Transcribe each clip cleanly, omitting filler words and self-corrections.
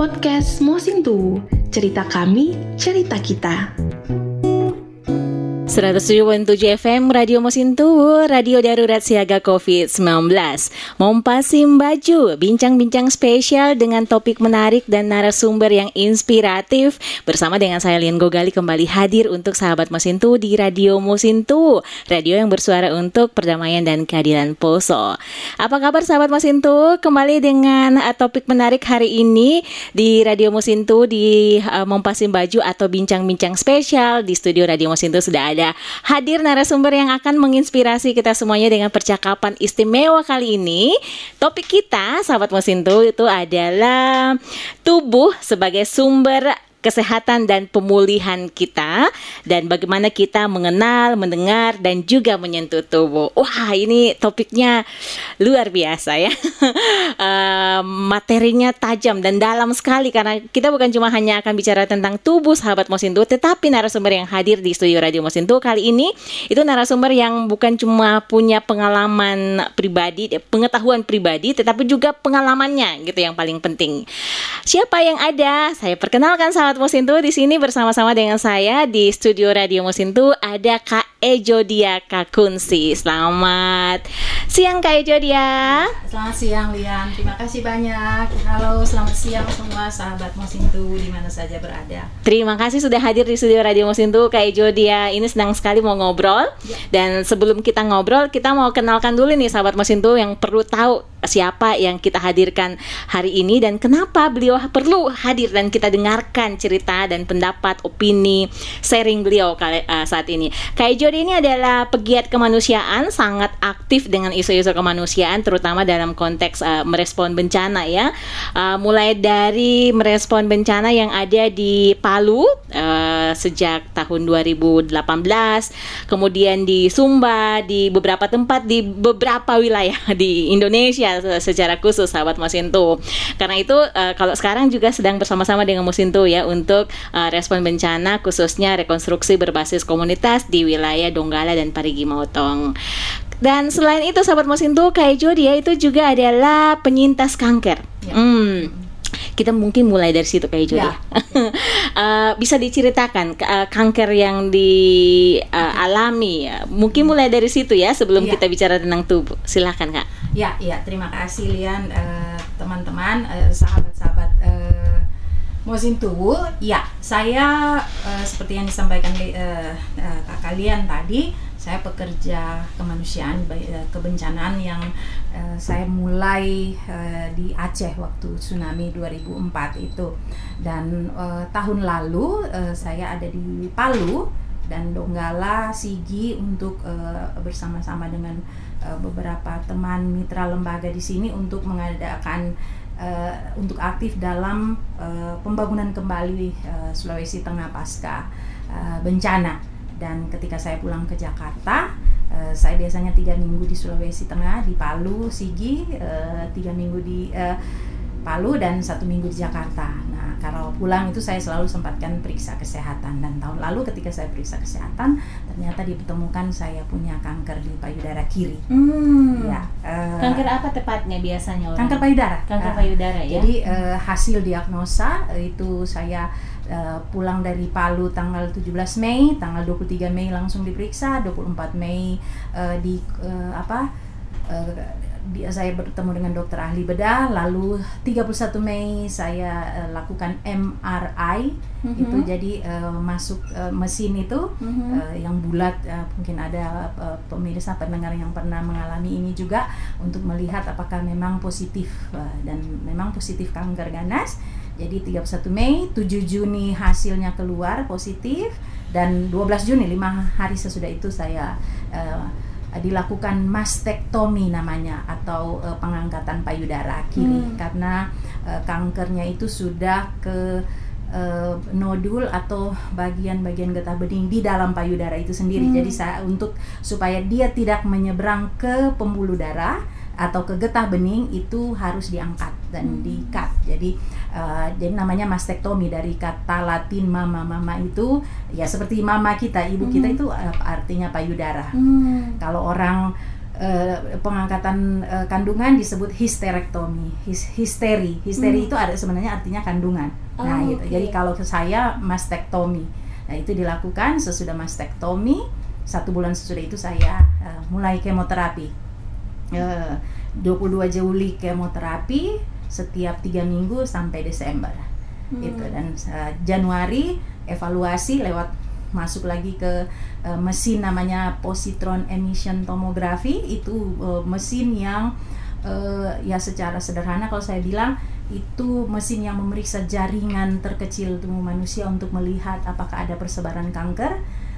Podcast Mosintu, cerita kami, cerita kita. 107.7 FM Radio Mosintu, Radio Darurat Siaga COVID-19. Mompasim Baju, bincang-bincang spesial dengan topik menarik dan narasumber yang inspiratif. Bersama dengan saya Lian Gogali kembali hadir untuk sahabat Mosintu di Radio Mosintu, radio yang bersuara untuk perdamaian dan keadilan Poso. Apa kabar sahabat Mosintu? Kembali dengan topik menarik hari ini di Radio Mosintu di Mompasim Baju atau bincang-bincang spesial. Di studio Radio Mosintu sudah ada hadir narasumber yang akan menginspirasi kita semuanya dengan percakapan istimewa kali ini. Topik kita, sahabat Mosintu, itu adalah tubuh sebagai sumber kesehatan dan pemulihan kita, dan bagaimana kita mengenal, mendengar, dan juga menyentuh tubuh. Wah, ini topiknya luar biasa ya. Materinya tajam dan dalam sekali, karena kita bukan cuma hanya akan bicara tentang tubuh sahabat Mosintu, tetapi narasumber yang hadir di studio Radio Mosintu kali ini itu narasumber yang bukan cuma punya pengalaman pribadi, pengetahuan pribadi, tetapi juga pengalamannya gitu yang paling penting. Siapa yang ada? Saya perkenalkan sahabat Mosintu, di sini bersama-sama dengan saya di studio Radio Mosintu ada Kak Ejo Dia Kakunsi. Selamat siang Kak Ejo Dia. Selamat siang Lian, terima kasih banyak. Halo, selamat siang semua sahabat Mosintu di mana saja berada. Terima kasih sudah hadir di studio Radio Mosintu Kak Ejo Dia. Ini senang sekali mau ngobrol ya. Dan sebelum kita ngobrol, kita mau kenalkan dulu nih sahabat Mosintu yang perlu tahu siapa yang kita hadirkan hari ini dan kenapa beliau perlu hadir dan kita dengarkan cerita dan pendapat, opini, sharing beliau saat ini. Kak Ejo ini adalah pegiat kemanusiaan, sangat aktif dengan isu-isu kemanusiaan, terutama dalam konteks merespon bencana ya. Mulai dari merespon bencana yang ada di Palu sejak tahun 2018, kemudian di Sumba, di beberapa tempat, di beberapa wilayah di Indonesia secara khusus sahabat Mosintu. Karena itu kalau sekarang juga sedang bersama-sama dengan Mosintu ya untuk respon bencana, khususnya rekonstruksi berbasis komunitas di wilayah Donggala dan Parigi Motong. Dan selain itu sahabat Mosintu, Kak Ejo dia itu juga adalah penyintas kanker. Ya. Kita mungkin mulai dari situ Kak Ejo ya. Bisa diceritakan kanker yang dialami mungkin mulai dari situ ya sebelum kita bicara tentang tubuh. Silakan Kak. Ya, terima kasih Lian, teman-teman, sahabat-sahabat Mosintu. Ya, saya seperti yang disampaikan Kak Lian tadi, saya pekerja kemanusiaan kebencanaan yang saya mulai di Aceh waktu tsunami 2004 itu. Dan tahun lalu saya ada di Palu dan Donggala, Sigi untuk bersama-sama dengan beberapa teman mitra lembaga di sini untuk mengadakan untuk aktif dalam pembangunan kembali Sulawesi Tengah pasca bencana. Dan ketika saya pulang ke Jakarta, saya biasanya 3 minggu di Sulawesi Tengah, di Palu, Sigi, 3 minggu di Palu dan 1 minggu di Jakarta. Nah, kalau pulang itu saya selalu sempatkan periksa kesehatan. Dan tahun lalu ketika saya periksa kesehatan, ternyata ditemukan saya punya kanker di payudara kiri. Ya, kanker apa tepatnya biasanya orang? Kanker payudara. Kanker payudara ya. Jadi hasil diagnosa itu saya pulang dari Palu tanggal 17 Mei, tanggal 23 Mei langsung diperiksa, 24 Mei saya bertemu dengan dokter ahli bedah, lalu 31 Mei saya lakukan MRI. Itu jadi masuk mesin itu yang bulat, mungkin ada pemirsa pendengar yang pernah mengalami ini juga, untuk melihat apakah memang positif, dan memang positif kanker ganas. Jadi 31 Mei, 7 Juni hasilnya keluar positif, dan 12 Juni 5 hari sesudah itu saya dilakukan mastektomi namanya, atau pengangkatan payudara kiri, karena kankernya itu sudah ke nodul atau bagian-bagian getah bening di dalam payudara itu sendiri. Jadi supaya dia tidak menyeberang ke pembuluh darah atau ke getah bening, itu harus diangkat dan di-cut. Jadi namanya mastektomi, dari kata Latin mama itu ya seperti mama kita, ibu kita itu artinya payudara. Kalau orang pengangkatan kandungan disebut histerektomi. Histeri itu ada sebenarnya artinya kandungan. Nah, gitu. Jadi kalau saya mastektomi. Nah, itu dilakukan sesudah mastektomi 1 bulan sesudah itu saya mulai kemoterapi. 22 Juli kemoterapi setiap 3 minggu sampai Desember. Gitu. Dan Januari evaluasi lewat masuk lagi ke mesin namanya positron emission tomography. Itu mesin yang ya secara sederhana kalau saya bilang itu mesin yang memeriksa jaringan terkecil tubuh manusia untuk melihat apakah ada persebaran kanker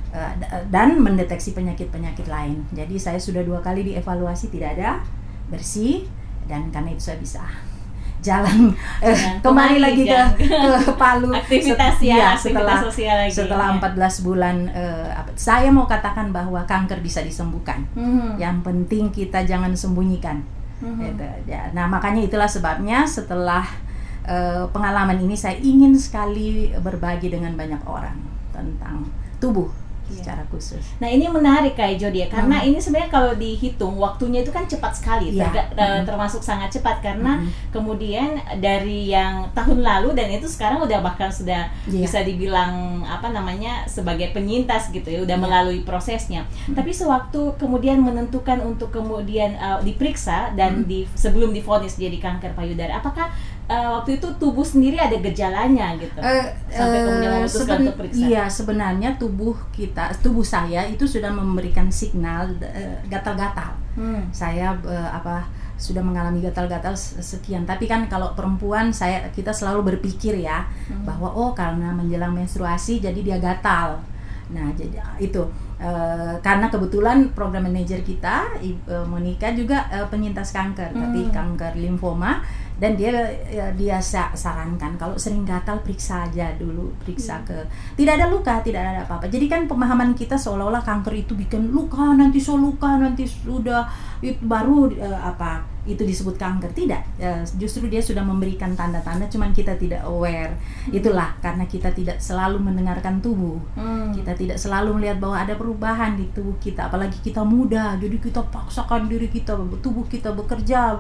dan mendeteksi penyakit-penyakit lain. Jadi saya sudah 2 kali dievaluasi tidak ada, bersih, dan karena itu saya bisa jalan kembali lagi ke Palu aktivitas sosial lagi. Setelah 14 bulan saya mau katakan bahwa kanker bisa disembuhkan. Yang penting kita jangan sembunyikan. Gitu. Ya, nah makanya itulah sebabnya setelah pengalaman ini saya ingin sekali berbagi dengan banyak orang tentang tubuh secara khusus. Nah ini menarik Kak Jodia karena ini sebenarnya kalau dihitung waktunya itu kan cepat sekali, termasuk sangat cepat karena kemudian dari yang tahun lalu dan itu sekarang udah bahkan sudah bisa dibilang sebagai penyintas gitu ya, udah melalui prosesnya. Tapi sewaktu kemudian menentukan untuk kemudian diperiksa dan sebelum divonis jadi kanker payudara, apakah waktu itu tubuh sendiri ada gejalanya gitu sampai kemudian memutuskan untuk periksa? Iya, sebenarnya tubuh saya itu sudah memberikan signal gatal-gatal. Saya sudah mengalami gatal-gatal sekian. Tapi kan kalau perempuan kita selalu berpikir ya bahwa karena menjelang menstruasi jadi dia gatal. Nah, jadi itu karena kebetulan program manajer kita Monica juga penyintas kanker, tapi kanker limfoma. Dan dia sarankan kalau sering gatal periksa aja dulu, tidak ada luka, tidak ada apa-apa. Jadi kan pemahaman kita seolah-olah kanker itu bikin luka, nanti sudah itu baru itu disebut kanker. Tidak, justru dia sudah memberikan tanda-tanda, cuman kita tidak aware. Itulah karena kita tidak selalu mendengarkan tubuh, kita tidak selalu melihat bahwa ada perubahan di tubuh kita, apalagi kita muda. Jadi kita paksakan diri kita, tubuh kita bekerja,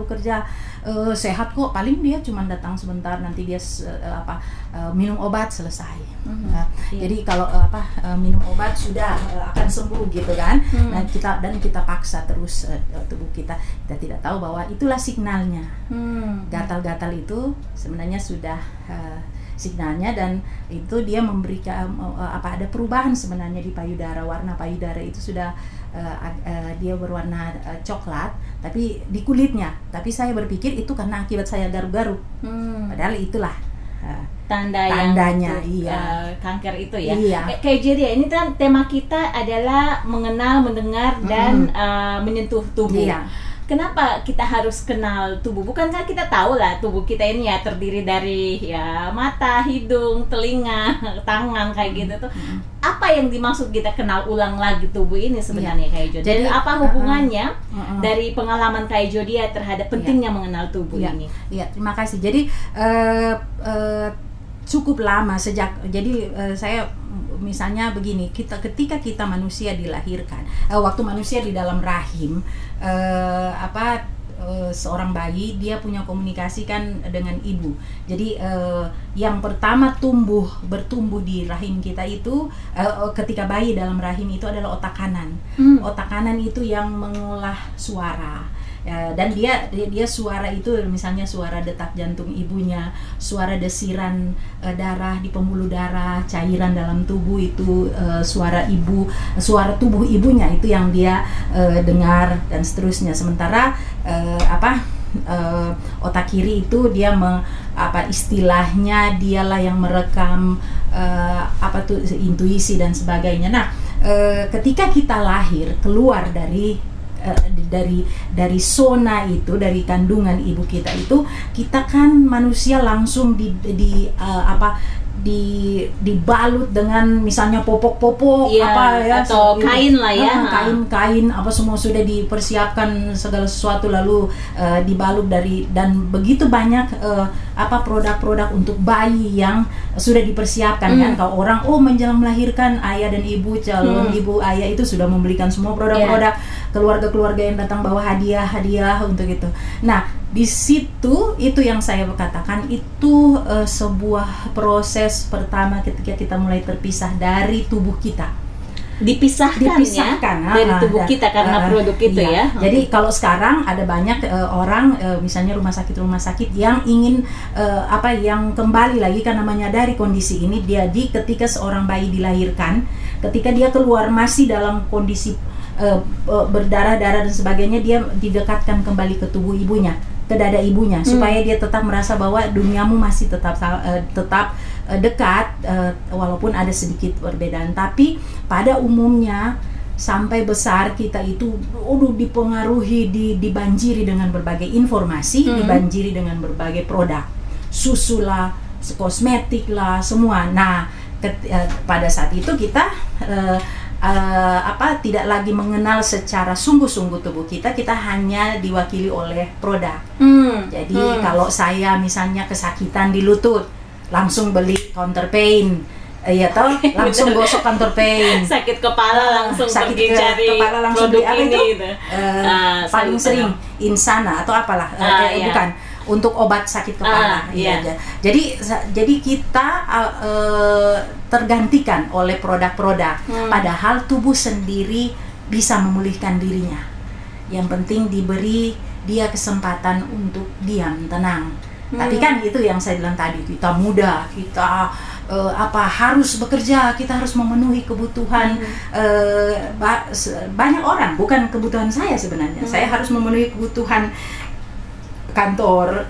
sehat kok, paling dia cuma datang sebentar, nanti dia minum obat selesai. Jadi kalau minum obat sudah akan sembuh gitu kan. Nah kita paksa terus tubuh kita tidak tahu bahwa itulah signalnya. Gatal-gatal itu sebenarnya sudah signalnya, dan itu dia memberikan ada perubahan sebenarnya di payudara. Warna payudara itu sudah dia berwarna coklat, tapi di kulitnya. Tapi saya berpikir itu karena akibat saya garuk-garuk. Padahal itulah tandanya kanker itu ya. Kayak jadi ini kan tema kita adalah mengenal, mendengar dan menyentuh tubuh. Kenapa kita harus kenal tubuh? Bukankah kita tahu lah tubuh kita ini ya terdiri dari mata, hidung, telinga, tangan kayak gitu tuh. Apa yang dimaksud kita kenal ulang lagi tubuh ini sebenarnya Kak Jodia? Jadi apa hubungannya dari pengalaman Kak Jodia terhadap pentingnya mengenal tubuh ini? Iya, terima kasih. Jadi cukup lama saya misalnya begini, ketika kita manusia dilahirkan, waktu manusia di dalam rahim, seorang bayi dia punya komunikasi kan dengan ibu. Jadi yang pertama bertumbuh di rahim kita itu ketika bayi dalam rahim itu adalah otak kanan. Otak kanan itu yang mengolah suara. Dan dia suara itu misalnya suara detak jantung ibunya, suara desiran darah di pembuluh darah, cairan dalam tubuh itu, suara tubuh ibunya itu yang dia dengar dan seterusnya. Sementara otak kiri itu dia istilahnya dialah yang merekam intuisi dan sebagainya. Nah, ketika kita lahir keluar dari zona itu, dari kandungan ibu kita itu, kita kan manusia langsung dibalut dengan misalnya popok-popok atau kain lah ya, kain apa semua sudah dipersiapkan segala sesuatu, lalu dibalut dan begitu banyak produk-produk untuk bayi yang sudah dipersiapkan kan. Kalau orang menjelang melahirkan, ayah dan ibu, calon ibu ayah itu sudah membelikan semua produk-produk, keluarga-keluarga yang datang bawa hadiah untuk itu. Nah, di situ itu yang saya katakan itu sebuah proses pertama ketika kita mulai terpisah dari tubuh kita. Dipisahkan ya dari tubuh kita karena produk itu ya. Jadi kalau sekarang ada banyak orang misalnya rumah sakit yang ingin yang kembali lagi karena menyadari kondisi ini. Jadi ketika seorang bayi dilahirkan, ketika dia keluar masih dalam kondisi berdarah-darah dan sebagainya, dia didekatkan kembali ke tubuh ibunya, ke dada ibunya, supaya dia tetap merasa bahwa duniamu masih tetap dekat, walaupun ada sedikit perbedaan. Tapi pada umumnya sampai besar kita itu dipengaruhi, dibanjiri dengan berbagai informasi, dibanjiri dengan berbagai produk, susu lah, kosmetik lah, semua. Nah, pada saat itu kita tidak lagi mengenal secara sungguh-sungguh tubuh kita hanya diwakili oleh produk. Jadi kalau saya misalnya kesakitan di lutut, langsung beli counter pain, langsung gosok counter pain. Sakit kepala langsung pergi cari kepala langsung produk beli ini. Paling sering Insana atau apalah, bukan untuk obat sakit kepala. Jadi kita tergantikan oleh produk-produk, padahal tubuh sendiri bisa memulihkan dirinya. Yang penting diberi dia kesempatan untuk diam, tenang. Tapi kan itu yang saya bilang tadi, kita muda, kita harus bekerja, kita harus memenuhi kebutuhan banyak orang, bukan kebutuhan saya sebenarnya. Saya harus memenuhi kebutuhan kantor,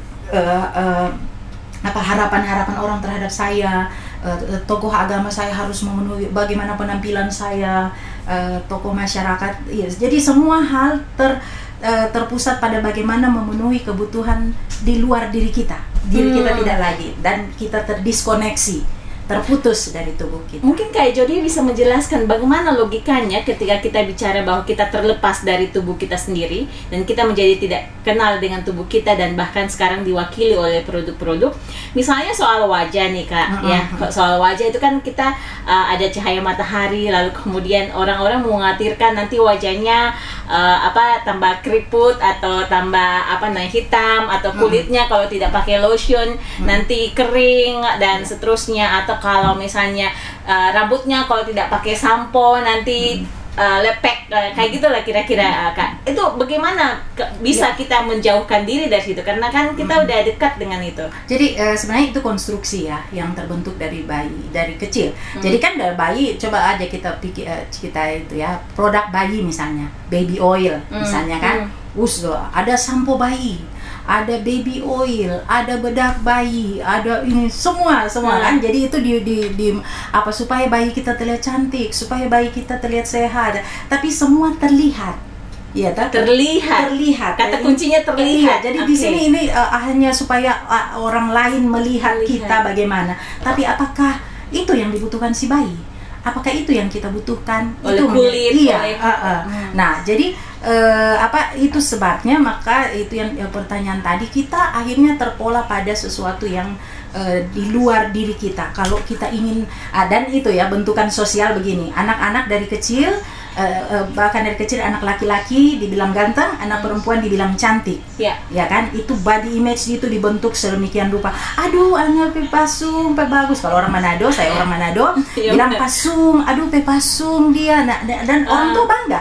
harapan-harapan orang terhadap saya, tokoh agama saya harus memenuhi bagaimana penampilan saya, tokoh masyarakat. Jadi semua hal terpusat pada bagaimana memenuhi kebutuhan di luar diri kita. Diri kita tidak lagi, dan kita terdiskoneksi, terputus dari tubuh kita. Mungkin Kak Jody bisa menjelaskan bagaimana logikanya ketika kita bicara bahwa kita terlepas dari tubuh kita sendiri dan kita menjadi tidak kenal dengan tubuh kita, dan bahkan sekarang diwakili oleh produk-produk. Misalnya soal wajah nih Kak, soal wajah itu kan kita ada cahaya matahari, lalu kemudian orang-orang mengkhawatirkan nanti wajahnya tambah keriput atau tambah hitam, atau kulitnya kalau tidak pakai lotion nanti kering dan seterusnya, atau kalau misalnya rambutnya kalau tidak pakai sampo nanti lepek, kayak gitulah kira-kira Kak. Itu bagaimana bisa kita menjauhkan diri dari situ, karena kan kita udah dekat dengan itu. Jadi sebenarnya itu konstruksi ya yang terbentuk dari bayi, dari kecil. Jadi kan dari bayi, coba aja kita pikir kita itu ya, produk bayi misalnya baby oil misalnya kan, ada sampo bayi, ada baby oil, ada bedak bayi, ada ini semua kan. Jadi itu supaya bayi kita terlihat cantik, supaya bayi kita terlihat sehat, tapi semua terlihat. Ya, terlihat. Kata kuncinya terlihat. Jadi di sini ini hanya supaya orang lain melihat kita bagaimana. Tapi apakah itu yang dibutuhkan si bayi? Apakah itu yang kita butuhkan? Oleh itu kulit. Nah, jadi itu sebabnya, maka itu yang pertanyaan tadi, kita akhirnya terpola pada sesuatu yang di luar diri kita. Kalau kita ingin, dan itu ya bentukan sosial begini, anak-anak dari kecil, bahkan dari kecil anak laki-laki dibilang ganteng, anak perempuan dibilang cantik, ya kan? Itu body image itu dibentuk sedemikian rupa. Aduh, anak pasung, bagus. Kalau orang Manado, saya orang Manado, bilang pasung, aduh pasung dia. Nah, dan orang tuh bangga.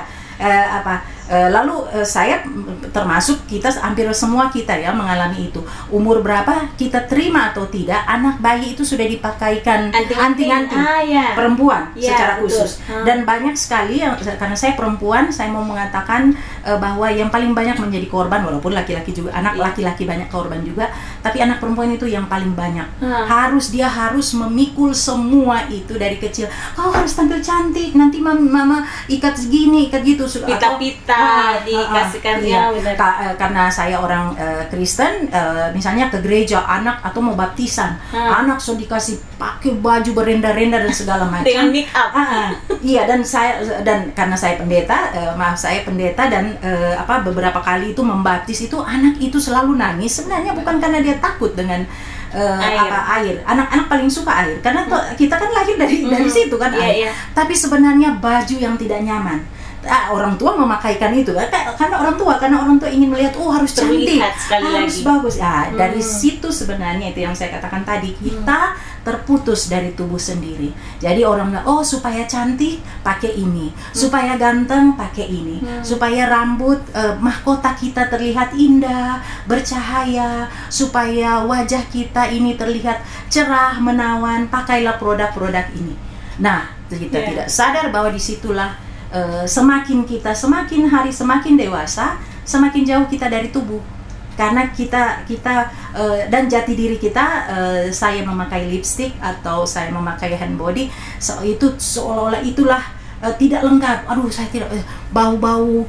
Lalu saya termasuk, kita hampir semua kita ya mengalami itu. Umur berapa kita terima atau tidak, anak bayi itu sudah dipakaikan anting-anting perempuan secara khusus. Dan banyak sekali yang, karena saya perempuan, saya mau mengatakan bahwa yang paling banyak menjadi korban, walaupun laki-laki juga, anak laki-laki banyak korban juga, tapi anak perempuan itu yang paling banyak. Dia harus memikul semua itu dari kecil. Kau harus tampil cantik, nanti mama ikat segini, ikat gitu. Pita-pita dikasihkan iya. Karena saya orang Kristen, misalnya ke gereja anak atau mau baptisan, anak sudah dikasih pakai baju berenda-renda dan segala macam. Dengan make up. Iya, dan karena saya pendeta, saya pendeta dan beberapa kali itu membaptis itu anak itu selalu nangis. Sebenarnya bukan karena dia takut dengan air. Anak-anak paling suka air karena kita kan lahir dari situ kan air. Tapi sebenarnya baju yang tidak nyaman. Orang tua memakaikan itu karena orang tua ingin melihat harus cantik, harus bagus. Dari situ sebenarnya itu yang saya katakan tadi, kita terputus dari tubuh sendiri. Jadi orang bilang, supaya cantik pakai ini, supaya ganteng pakai ini, supaya rambut mahkota kita terlihat indah, bercahaya, supaya wajah kita ini terlihat cerah, menawan, pakailah produk-produk ini. Nah, kita tidak sadar bahwa disitulah semakin hari semakin dewasa, semakin jauh kita dari tubuh. Karena kita dan jati diri kita, saya memakai lipstick atau saya memakai hand body, itu seolah-olah itulah tidak lengkap. Saya tidak bau-bau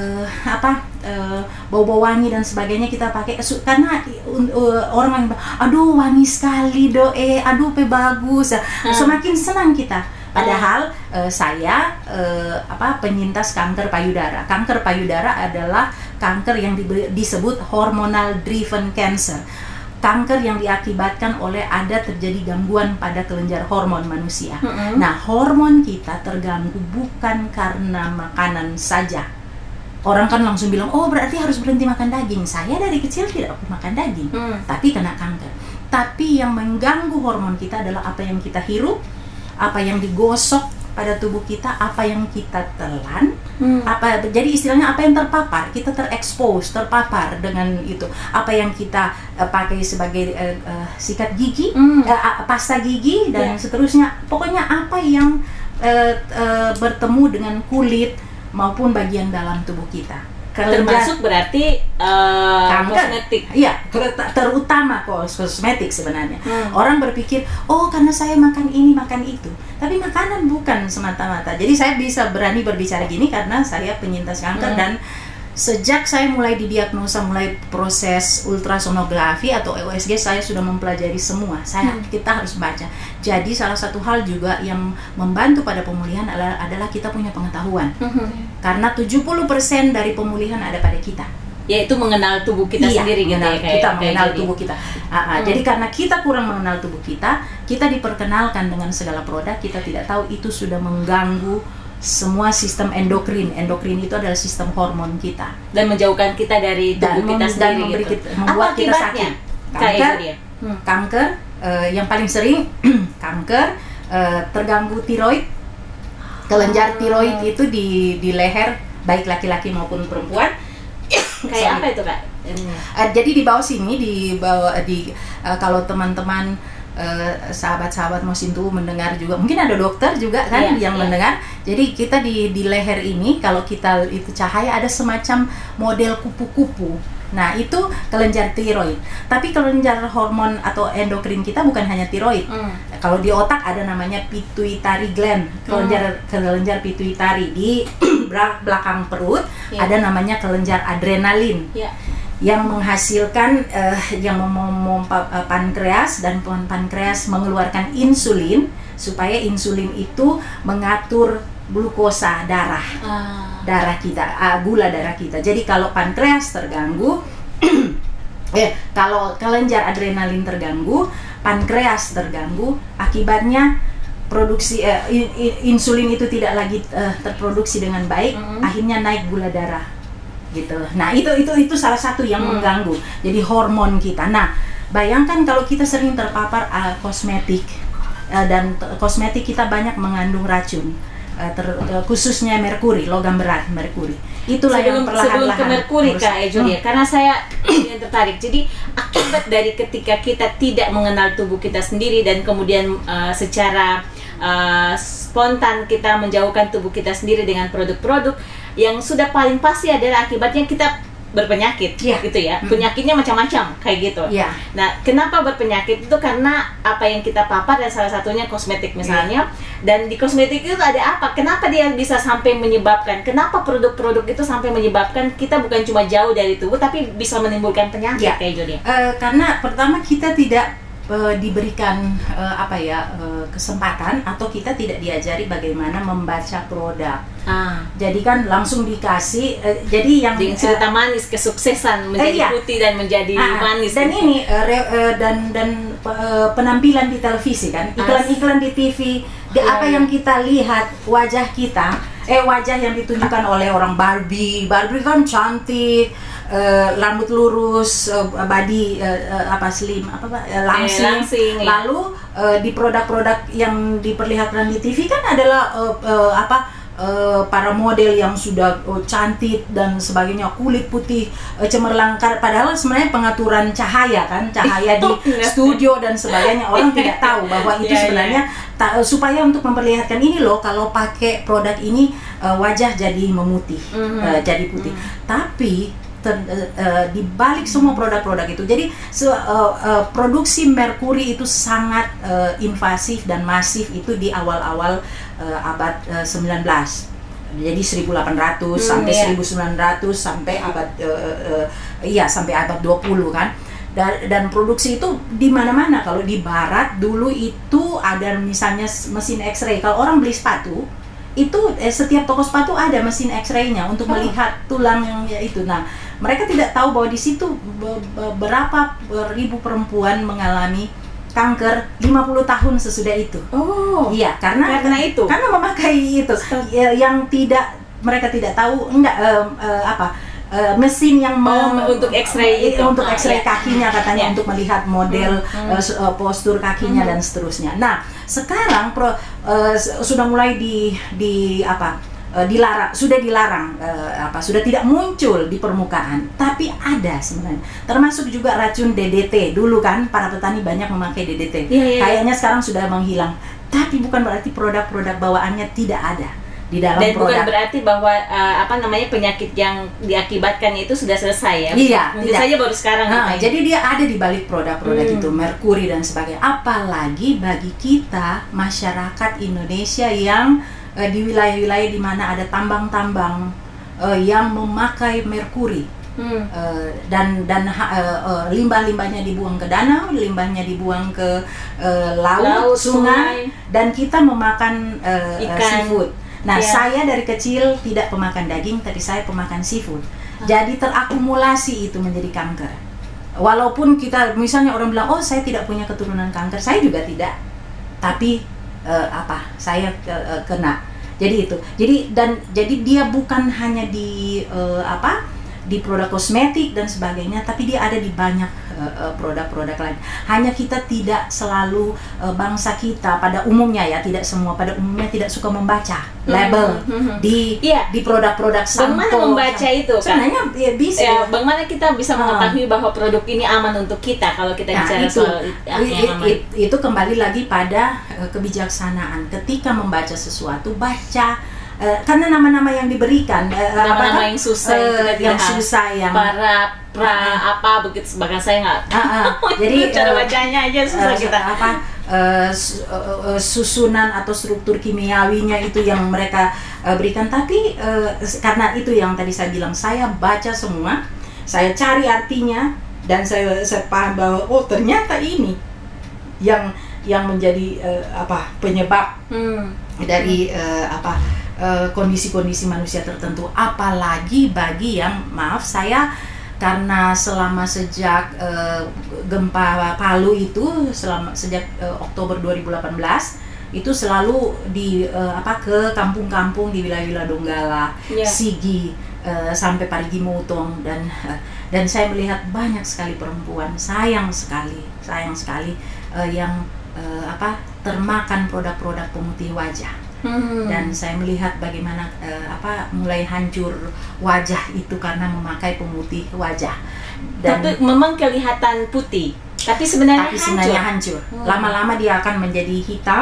bau-bau wangi dan sebagainya kita pakai karena orang yang wangi sekali bagus. Semakin senang kita. Padahal saya penyintas kanker payudara. Kanker payudara adalah kanker yang disebut hormonal driven cancer. Kanker yang diakibatkan oleh terjadi gangguan pada kelenjar hormon manusia. Nah, hormon kita terganggu bukan karena makanan saja. Orang kan langsung bilang, berarti harus berhenti makan daging. Saya dari kecil tidak makan daging, tapi kena kanker. Tapi yang mengganggu hormon kita adalah apa yang kita hirup, apa yang digosok pada tubuh kita, apa yang kita telan, jadi istilahnya apa yang terpapar, kita terpapar dengan itu, apa yang kita pakai sebagai sikat gigi, pasta gigi dan seterusnya, pokoknya apa yang bertemu dengan kulit maupun bagian dalam tubuh kita. Termasuk berarti kosmetik. Iya, terutama kosmetik sebenarnya. Orang berpikir, karena saya makan ini, makan itu. Tapi makanan bukan semata-mata. Jadi saya bisa berani berbicara gini karena saya penyintas kanker dan sejak saya mulai didiagnosa, mulai proses ultrasonografi atau USG, saya sudah mempelajari semua. Kita harus baca. Jadi salah satu hal juga yang membantu pada pemulihan adalah kita punya pengetahuan. Karena 70% dari pemulihan ada pada kita. Yaitu mengenal tubuh kita sendiri gitu ya. Kita mengenal tubuh kita. Jadi karena kita kurang mengenal tubuh kita diperkenalkan dengan segala produk, kita tidak tahu itu sudah mengganggu semua sistem endokrin. Endokrin itu adalah sistem hormon kita dan menjauhkan kita dari tubuh kita sendiri gitu. Membuat kita sakit. Kanker yang paling sering kanker terganggu tiroid. Kelenjar tiroid itu di leher baik laki-laki maupun perempuan. Kayak apa itu, Kak? Jadi di bawah sini, kalau teman-teman sahabat-sahabat Mosintowo mendengar juga, mungkin ada dokter juga kan yang mendengar. Jadi kita di leher ini, kalau kita itu cahaya ada semacam model kupu-kupu. Nah, itu kelenjar tiroid. Tapi kelenjar hormon atau endokrin kita bukan hanya tiroid. Kalau di otak ada namanya pituitary gland, kelenjar pituitary. Di belakang perut ada namanya kelenjar adrenalin. Yang menghasilkan yang memompa pankreas, dan pankreas mengeluarkan insulin supaya insulin itu mengatur glukosa darah kita, gula darah kita. Jadi kalau pankreas terganggu, kalau kelenjar adrenalin terganggu, pankreas terganggu, akibatnya produksi insulin itu tidak lagi terproduksi dengan baik, akhirnya naik gula darah. Gitu. Nah, itu salah satu yang mengganggu. Jadi hormon kita. Nah, bayangkan kalau kita sering terpapar kosmetik, dan kosmetik kita banyak mengandung racun, khususnya merkuri, logam berat merkuri. Itulah yang perlahan-lahan. Sebelum ke merkuri, Kak Julia, karena saya tertarik. Jadi akibat dari ketika kita tidak mengenal tubuh kita sendiri dan kemudian secara spontan kita menjauhkan tubuh kita sendiri dengan produk-produk, yang sudah paling pasti adalah akibatnya kita berpenyakit, gitu ya. Penyakitnya macam-macam kayak gitu. Nah, kenapa berpenyakit itu karena apa yang kita papar, dan salah satunya kosmetik misalnya. Dan di kosmetik itu ada apa? Kenapa dia bisa sampai menyebabkan? Kenapa produk-produk itu sampai menyebabkan kita bukan cuma jauh dari tubuh, tapi bisa menimbulkan penyakit kayak Jody? Karena pertama kita tidak diberikan kesempatan, atau kita tidak diajari bagaimana membaca produk. Jadi kan langsung dikasih jadi yang cerita manis kesuksesan menjadi putih dan menjadi manis. Dan gitu. Ini penampilan di televisi kan, iklan-iklan di TV, apa yang kita lihat, wajah kita, wajah yang ditunjukkan oleh orang Barbie kan cantik, rambut lurus, body slim, langsing. Lalu di produk-produk yang diperlihatkan di TV kan adalah para model yang sudah cantik dan sebagainya, kulit putih cemerlang, padahal sebenarnya pengaturan cahaya di studio dan sebagainya, orang tidak tahu bahwa itu sebenarnya supaya untuk memperlihatkan ini loh, kalau pakai produk ini wajah jadi memutih, jadi putih. Tapi di balik semua produk-produk itu, jadi produksi merkuri itu sangat invasif dan masif itu di awal-awal abad 19. Jadi 1800 sampai 1900 sampai abad sampai abad 20 kan. Dan produksi itu di mana-mana. Kalau di barat dulu itu ada misalnya mesin X-ray. Kalau orang beli sepatu itu setiap toko sepatu ada mesin X-ray-nya untuk melihat tulang yang itu. Nah, mereka tidak tahu bahwa di situ berapa ribu perempuan mengalami kanker 50 tahun sesudah itu. Iya, karena itu. Karena memakai itu. Yang mereka tidak tahu mesin yang untuk X-ray itu. Untuk X-ray kakinya katanya, untuk melihat model postur kakinya dan seterusnya. Nah, sekarang sudah mulai dilarang, sudah tidak muncul di permukaan, tapi ada sebenarnya. Termasuk juga racun DDT. Dulu kan para petani banyak memakai DDT. Kayaknya sekarang sudah menghilang. Tapi bukan berarti produk-produk bawaannya tidak ada di dalam dan produk. Bukan berarti bahwa penyakit yang diakibatkan itu sudah selesai ya. Mungkin saja baru sekarang. Jadi dia ada di balik produk-produk itu, merkuri dan sebagainya. Apalagi bagi kita masyarakat Indonesia yang di wilayah-wilayah di mana ada tambang-tambang yang memakai merkuri. Dan limbah-limbahnya dibuang ke danau, limbahnya dibuang ke laut, sungai, dan kita memakan ikan, seafood. Nah, saya dari kecil tidak pemakan daging, tapi saya pemakan seafood. Jadi terakumulasi itu menjadi kanker. Walaupun kita misalnya orang bilang, saya tidak punya keturunan kanker, saya juga tidak. Tapi saya kena. Jadi itu. Jadi dia bukan hanya di di produk kosmetik dan sebagainya, tapi dia ada di banyak produk-produk lain. Hanya kita tidak selalu, bangsa kita pada umumnya tidak semua, pada umumnya tidak suka membaca label di produk-produk sampo. Bagaimana membaca itu kan? Sebenarnya bisa. Bagaimana kita bisa mengetahui bahwa produk ini aman untuk kita kalau kita bicara soal itu kembali lagi pada kebijaksanaan. Ketika membaca sesuatu, baca. Karena nama-nama yang diberikan nama-nama yang susah, yang begitu, bahkan saya nggak jadi cara bacanya aja susah kita susunan atau struktur kimiawinya itu yang mereka berikan. Tapi karena itu yang tadi saya bilang, saya baca semua, saya cari artinya, dan saya paham bahwa ternyata ini yang menjadi penyebab dari kondisi-kondisi manusia tertentu. Apalagi bagi yang, maaf saya, karena selama sejak gempa Palu itu, sejak Oktober 2018 itu selalu ke kampung-kampung di wilayah Donggala, Sigi, sampai Parigi Mutong, dan saya melihat banyak sekali perempuan, sayang sekali yang termakan produk-produk pemutih wajah. Dan saya melihat bagaimana mulai hancur wajah itu karena memakai pemutih wajah. Tapi memang kelihatan putih, tapi sebenarnya hancur. Lama-lama dia akan menjadi hitam,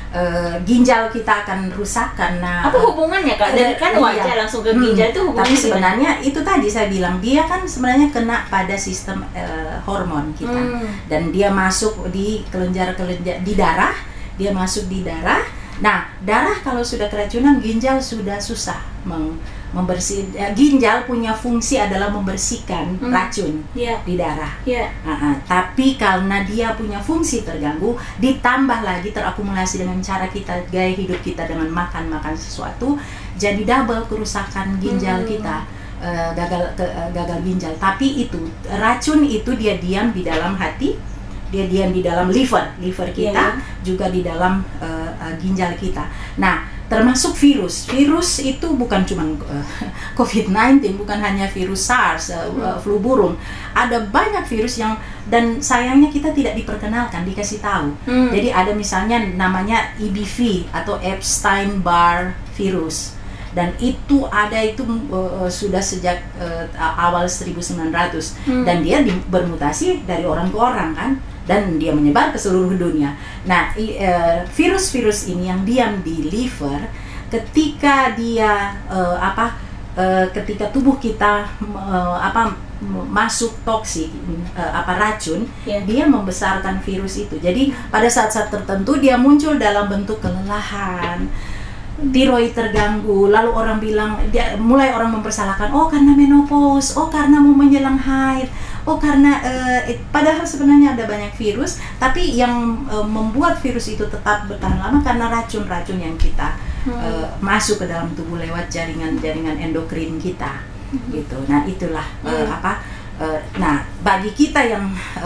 ginjal kita akan rusak karena apa hubungannya Kak? Dan kan wajah langsung ke ginjal itu hubungannya tapi sebenarnya gimana? itu tadi saya bilang dia kan sebenarnya kena pada sistem hormon kita dan dia masuk di kelenjar-kelenjar di darah, dia masuk di darah. Nah, darah kalau sudah keracunan ginjal sudah susah membersih. Ginjal punya fungsi adalah membersihkan racun di darah. Tapi karena dia punya fungsi terganggu, ditambah lagi terakumulasi dengan cara kita gaya hidup kita dengan makan sesuatu, jadi double kerusakan ginjal kita. Gagal ginjal. Tapi itu racun itu dia diam di dalam hati, dia diam di dalam liver kita, juga di dalam ginjal kita. Nah, termasuk virus itu bukan cuma COVID-19, bukan hanya virus SARS, flu burung. Ada banyak virus yang, dan sayangnya kita tidak diperkenalkan, dikasih tahu. Jadi ada misalnya namanya EBV atau Epstein-Barr virus, dan itu ada sudah sejak awal 1900 dan dia bermutasi dari orang ke orang kan, dan dia menyebar ke seluruh dunia. Nah, virus-virus ini yang diam di liver, ketika dia ketika tubuh kita masuk toksik racun, dia membesarkan virus itu. Jadi pada saat-saat tertentu dia muncul dalam bentuk kelelahan, tiroid terganggu, lalu orang bilang, mulai orang mempersalahkan, oh karena menopause, oh karena mau menjelang haid, oh karena padahal sebenarnya ada banyak virus, tapi yang membuat virus itu tetap bertahan lama karena racun-racun yang kita masuk ke dalam tubuh lewat jaringan endokrin kita, gitu. Nah itulah nah bagi kita yang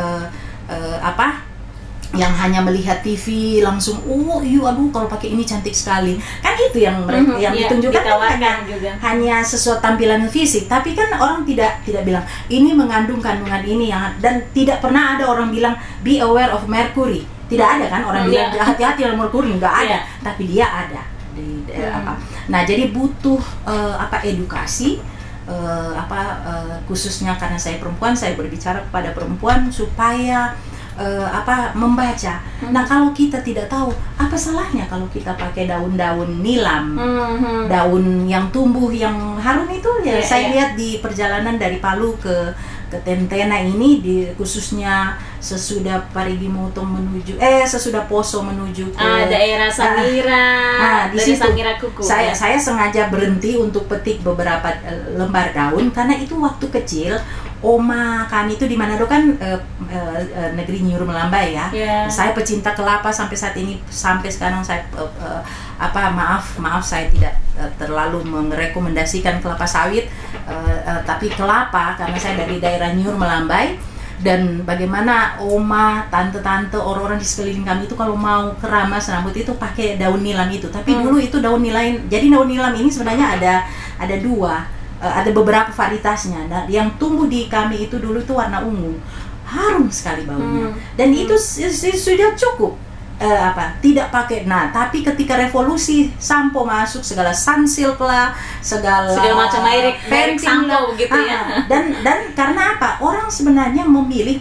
yang hanya melihat TV langsung, aduh kalau pakai ini cantik sekali, kan itu yang mereka yang ditunjukkan kan hanya sesuatu tampilan fisik, tapi kan orang tidak bilang ini mengandung kandungan ini dan tidak pernah ada orang bilang be aware of mercury, tidak ada kan orang bilang hati-hati dengan mercury, nggak ada, tapi dia ada Nah jadi butuh edukasi, khususnya karena saya perempuan, saya berbicara kepada perempuan supaya membaca. Nah kalau kita tidak tahu, apa salahnya kalau kita pakai daun-daun nilam, daun yang tumbuh yang harum itu saya lihat di perjalanan dari Palu ke Tentena ini, khususnya sesudah Parigi Motong sesudah Poso menuju ke daerah Sangira, di dari situ Sangira Kuku. Saya sengaja berhenti untuk petik beberapa lembar daun karena itu waktu kecil oma kami itu di Manado kan negeri Nyuruh Melambai ya. Saya pecinta kelapa sampai saat ini, sampai sekarang saya maaf saya tidak terlalu merekomendasikan kelapa sawit, tapi kelapa karena saya dari daerah Nyuruh Melambai, dan bagaimana oma, tante-tante, orang-orang di sekeliling kami itu kalau mau keramas rambut itu pakai daun nilam itu. Tapi dulu itu daun nilam. Jadi daun nilam ini sebenarnya ada dua. Ada beberapa varietasnya. Nah, yang tumbuh di kami itu dulu itu warna ungu, harum sekali baunya, dan itu sudah cukup. Tidak pakai. Nah, tapi ketika revolusi sampo masuk, segala sunsilk lah, segala macam merek sampo gitu ya. Dan karena apa? Orang sebenarnya memilih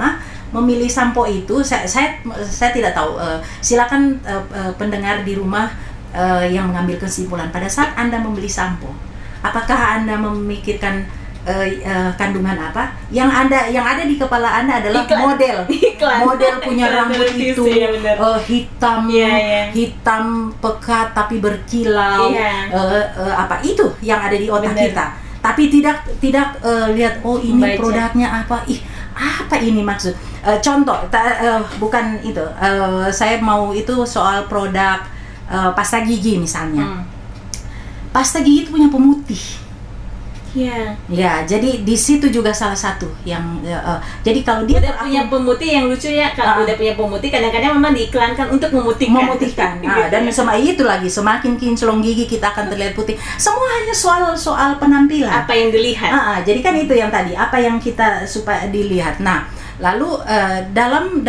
sampo itu. Saya tidak tahu. Silakan pendengar di rumah yang mengambil kesimpulan pada saat Anda membeli sampo. Apakah Anda memikirkan kandungan apa? Yang ada di kepala Anda adalah model punya rambut itu hitam, hitam pekat tapi berkilau, itu yang ada di otak kita. Tapi tidak lihat ini baca produknya apa, apa ini maksud. Contoh, bukan itu. Saya mau itu soal produk pasta gigi misalnya. Pasta gigi itu punya pemutih. Ya, jadi di situ juga salah satu yang jadi kalau dia punya pemutih yang lucu ya, kalau udah punya pemutih kadang-kadang memang diiklankan untuk memutihkan. Dan sama itu lagi, semakin kinclong gigi kita akan terlihat putih. Semua hanya soal penampilan. Apa yang dilihat. Jadi kan itu yang tadi, apa yang kita supaya dilihat. Nah, lalu dalam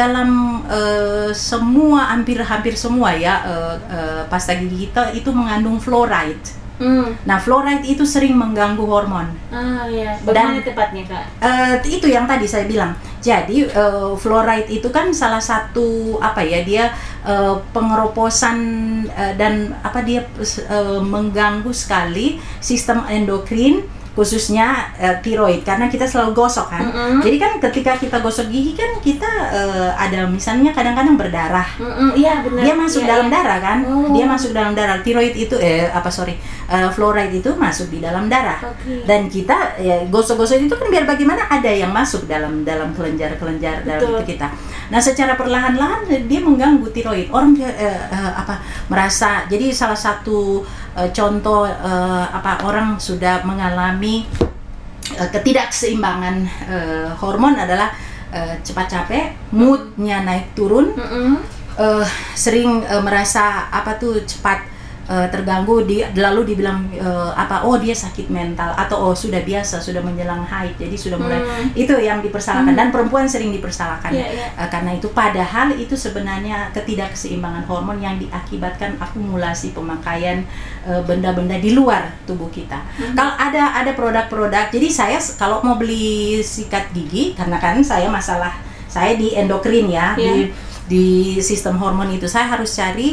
semua hampir semua ya pasta gigi kita itu mengandung fluoride. Nah, fluoride itu sering mengganggu hormon. Ya. Bagaimana tepatnya, Kak? Itu yang tadi saya bilang. Jadi fluoride itu kan salah satu dia pengeroposan dan dia mengganggu sekali sistem endokrin, khususnya tiroid, karena kita selalu gosok kan. Jadi kan ketika kita gosok gigi kan kita ada misalnya kadang-kadang berdarah. Iya, benar. Dia masuk dalam darah kan. Dia masuk dalam darah. Tiroid itu fluoride itu masuk di dalam darah. Dan kita gosok-gosok itu kan biar bagaimana ada yang masuk dalam kelenjar-kelenjar dalam itu kita. Nah, secara perlahan-lahan dia mengganggu tiroid. Orang merasa, jadi salah satu contoh orang sudah mengalami ketidakseimbangan hormon adalah cepat capek, moodnya naik turun, sering merasa cepat terganggu, lalu dibilang dia sakit mental, atau sudah biasa, sudah menjelang haid, jadi sudah mulai itu yang dipersalahkan. Dan perempuan sering dipersalahkan karena itu, padahal itu sebenarnya ketidakseimbangan hormon yang diakibatkan akumulasi pemakaian benda-benda di luar tubuh kita. Kalau ada produk-produk, jadi saya kalau mau beli sikat gigi, karena kan saya di endokrin di sistem hormon itu, saya harus cari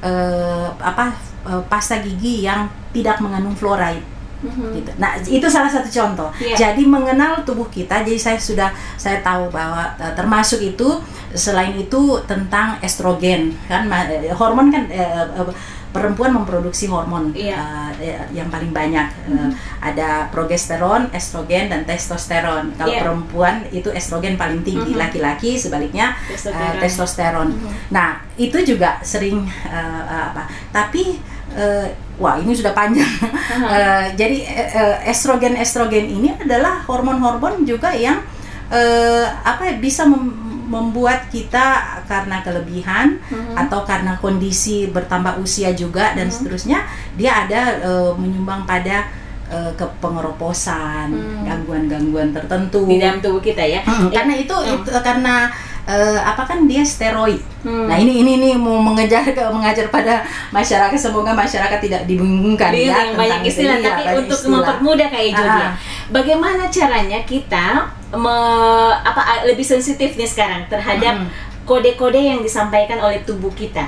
pasta gigi yang tidak mengandung fluoride. Gitu. Nah, itu salah satu contoh. Jadi mengenal tubuh kita, jadi saya tahu bahwa termasuk itu, selain itu tentang estrogen kan, hormon kan, perempuan memproduksi hormon yang paling banyak. Ada progesteron, estrogen, dan testosteron. Kalau perempuan itu estrogen paling tinggi, laki-laki sebaliknya testosteron. Nah, itu juga sering tapi ini sudah panjang. Jadi estrogen ini adalah hormon-hormon juga yang bisa membuat kita karena kelebihan atau karena kondisi bertambah usia juga dan seterusnya, dia ada menyumbang pada kepengeroposan, gangguan-gangguan tertentu di dalam tubuh kita ya. Karena itu karena kan dia steroid. Nah, ini mau mengajar pada masyarakat, semoga masyarakat tidak dibingungkan banyak istilah, tapi untuk mempermudah kayak Jodia. Bagaimana caranya kita lebih sensitif nih sekarang terhadap kode-kode yang disampaikan oleh tubuh kita?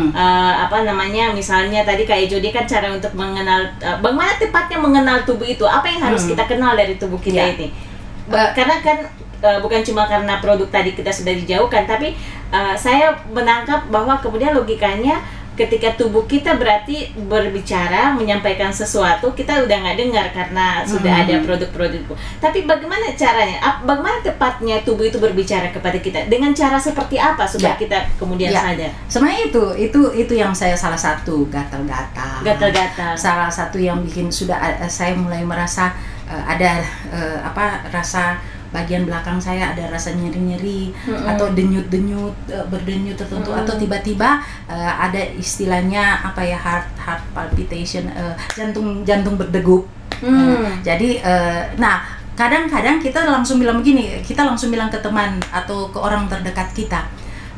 Misalnya tadi kayak Jodi kan cara untuk mengenal, bagaimana tepatnya mengenal tubuh itu, apa yang harus kita kenal dari tubuh kita ini? Karena kan bukan cuma karena produk tadi kita sudah dijauhkan, tapi saya menangkap bahwa kemudian logikanya ketika tubuh kita berarti berbicara, menyampaikan sesuatu, kita udah nggak dengar karena sudah ada produk-produk itu. Tapi bagaimana caranya? Bagaimana tepatnya tubuh itu berbicara kepada kita? Dengan cara seperti apa supaya kita kemudian sadar? Sebenarnya itu yang saya salah satu gatal-gatal. Salah satu yang bikin saya mulai merasa ada rasa bagian belakang saya ada rasa nyeri-nyeri atau denyut-denyut, berdenyut tertentu, atau tiba-tiba ada istilahnya heart palpitation, jantung berdegup. Jadi kadang-kadang kita langsung bilang begini, kita langsung bilang ke teman atau ke orang terdekat kita,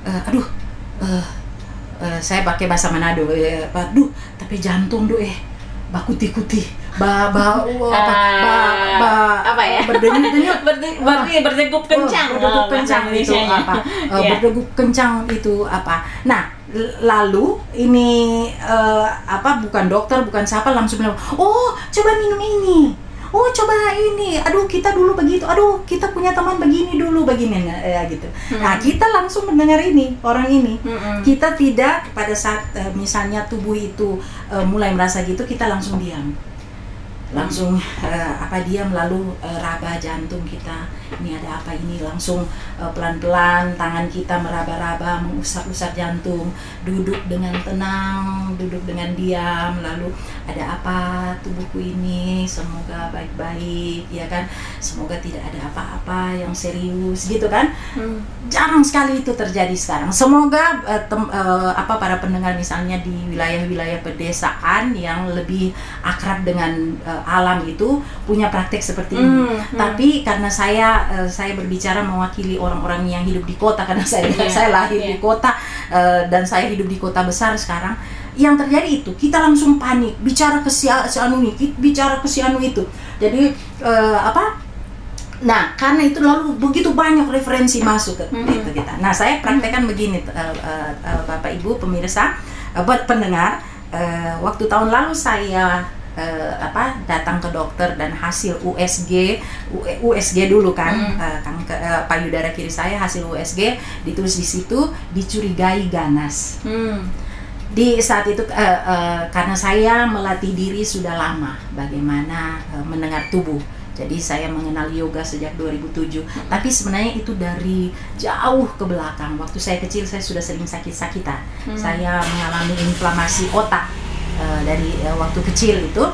saya pakai bahasa Manado, tapi jantung bakuti-kuti, berdenyut-denyut, berdegup kencang, itu berdegup kencang itu apa. Nah, lalu ini bukan dokter, bukan siapa, langsung bilang, coba minum ini, coba ini, kita dulu begitu, kita punya teman begini dulu, begini gitu. Nah, kita langsung mendengar ini, orang ini. Kita tidak pada saat misalnya tubuh itu mulai merasa gitu, kita langsung diam. Langsung diam, lalu raba jantung kita, ini ada apa ini, langsung pelan-pelan tangan kita meraba-raba, mengusap-usap jantung, duduk dengan tenang, duduk dengan diam, lalu ada apa tubuhku ini, semoga baik-baik, ya kan, semoga tidak ada apa-apa yang serius gitu kan. Jarang sekali itu terjadi sekarang. Semoga para pendengar misalnya di wilayah-wilayah pedesaan yang lebih akrab dengan alam itu punya praktek seperti ini. Tapi karena saya berbicara mewakili orang-orang yang hidup di kota, karena saya lahir di kota dan saya hidup di kota besar sekarang. yang terjadi itu kita langsung panik, bicara ke si anu ini, bicara ke si anu itu. Jadi nah karena itu lalu begitu banyak referensi masuk ke itu kita. Nah saya praktekkan begini, Bapak Ibu pemirsa, pendengar, waktu tahun lalu saya datang ke dokter dan hasil USG dulu kan, payudara kiri saya hasil USG ditulis di situ dicurigai ganas. Di saat itu karena saya melatih diri sudah lama bagaimana mendengar tubuh. Jadi saya mengenal yoga sejak 2007. Tapi sebenarnya itu dari jauh ke belakang. Waktu saya kecil saya sudah sering sakit-sakitan. Saya mengalami inflamasi otak dari waktu kecil itu.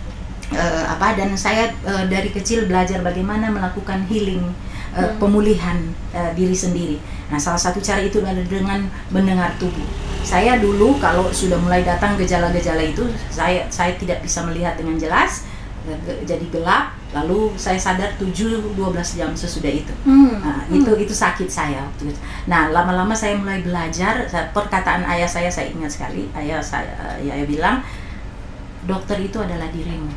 Dan saya dari kecil belajar bagaimana melakukan healing, pemulihan diri sendiri. Nah, salah satu cara itu adalah dengan mendengar tubuh. Saya dulu kalau sudah mulai datang gejala-gejala itu, saya tidak bisa melihat dengan jelas, jadi gelap, lalu saya sadar 7-12 jam sesudah itu. Nah, itu sakit saya waktu itu. Nah, lama-lama saya mulai belajar. Perkataan ayah saya ingat sekali. Ayah bilang, dokter itu adalah dirimu.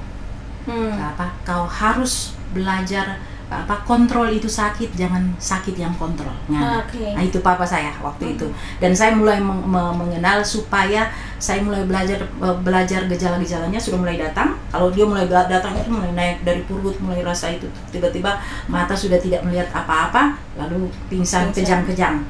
Kau harus belajar kontrol itu sakit, jangan sakit yang kontrol. Nah, itu papa saya waktu itu. Dan saya mulai mengenal supaya saya mulai belajar gejala-gejalanya sudah mulai datang. Kalau dia mulai datang itu mulai naik dari perut, mulai rasa itu tiba-tiba mata sudah tidak melihat apa-apa, lalu pingsan kejang-kejang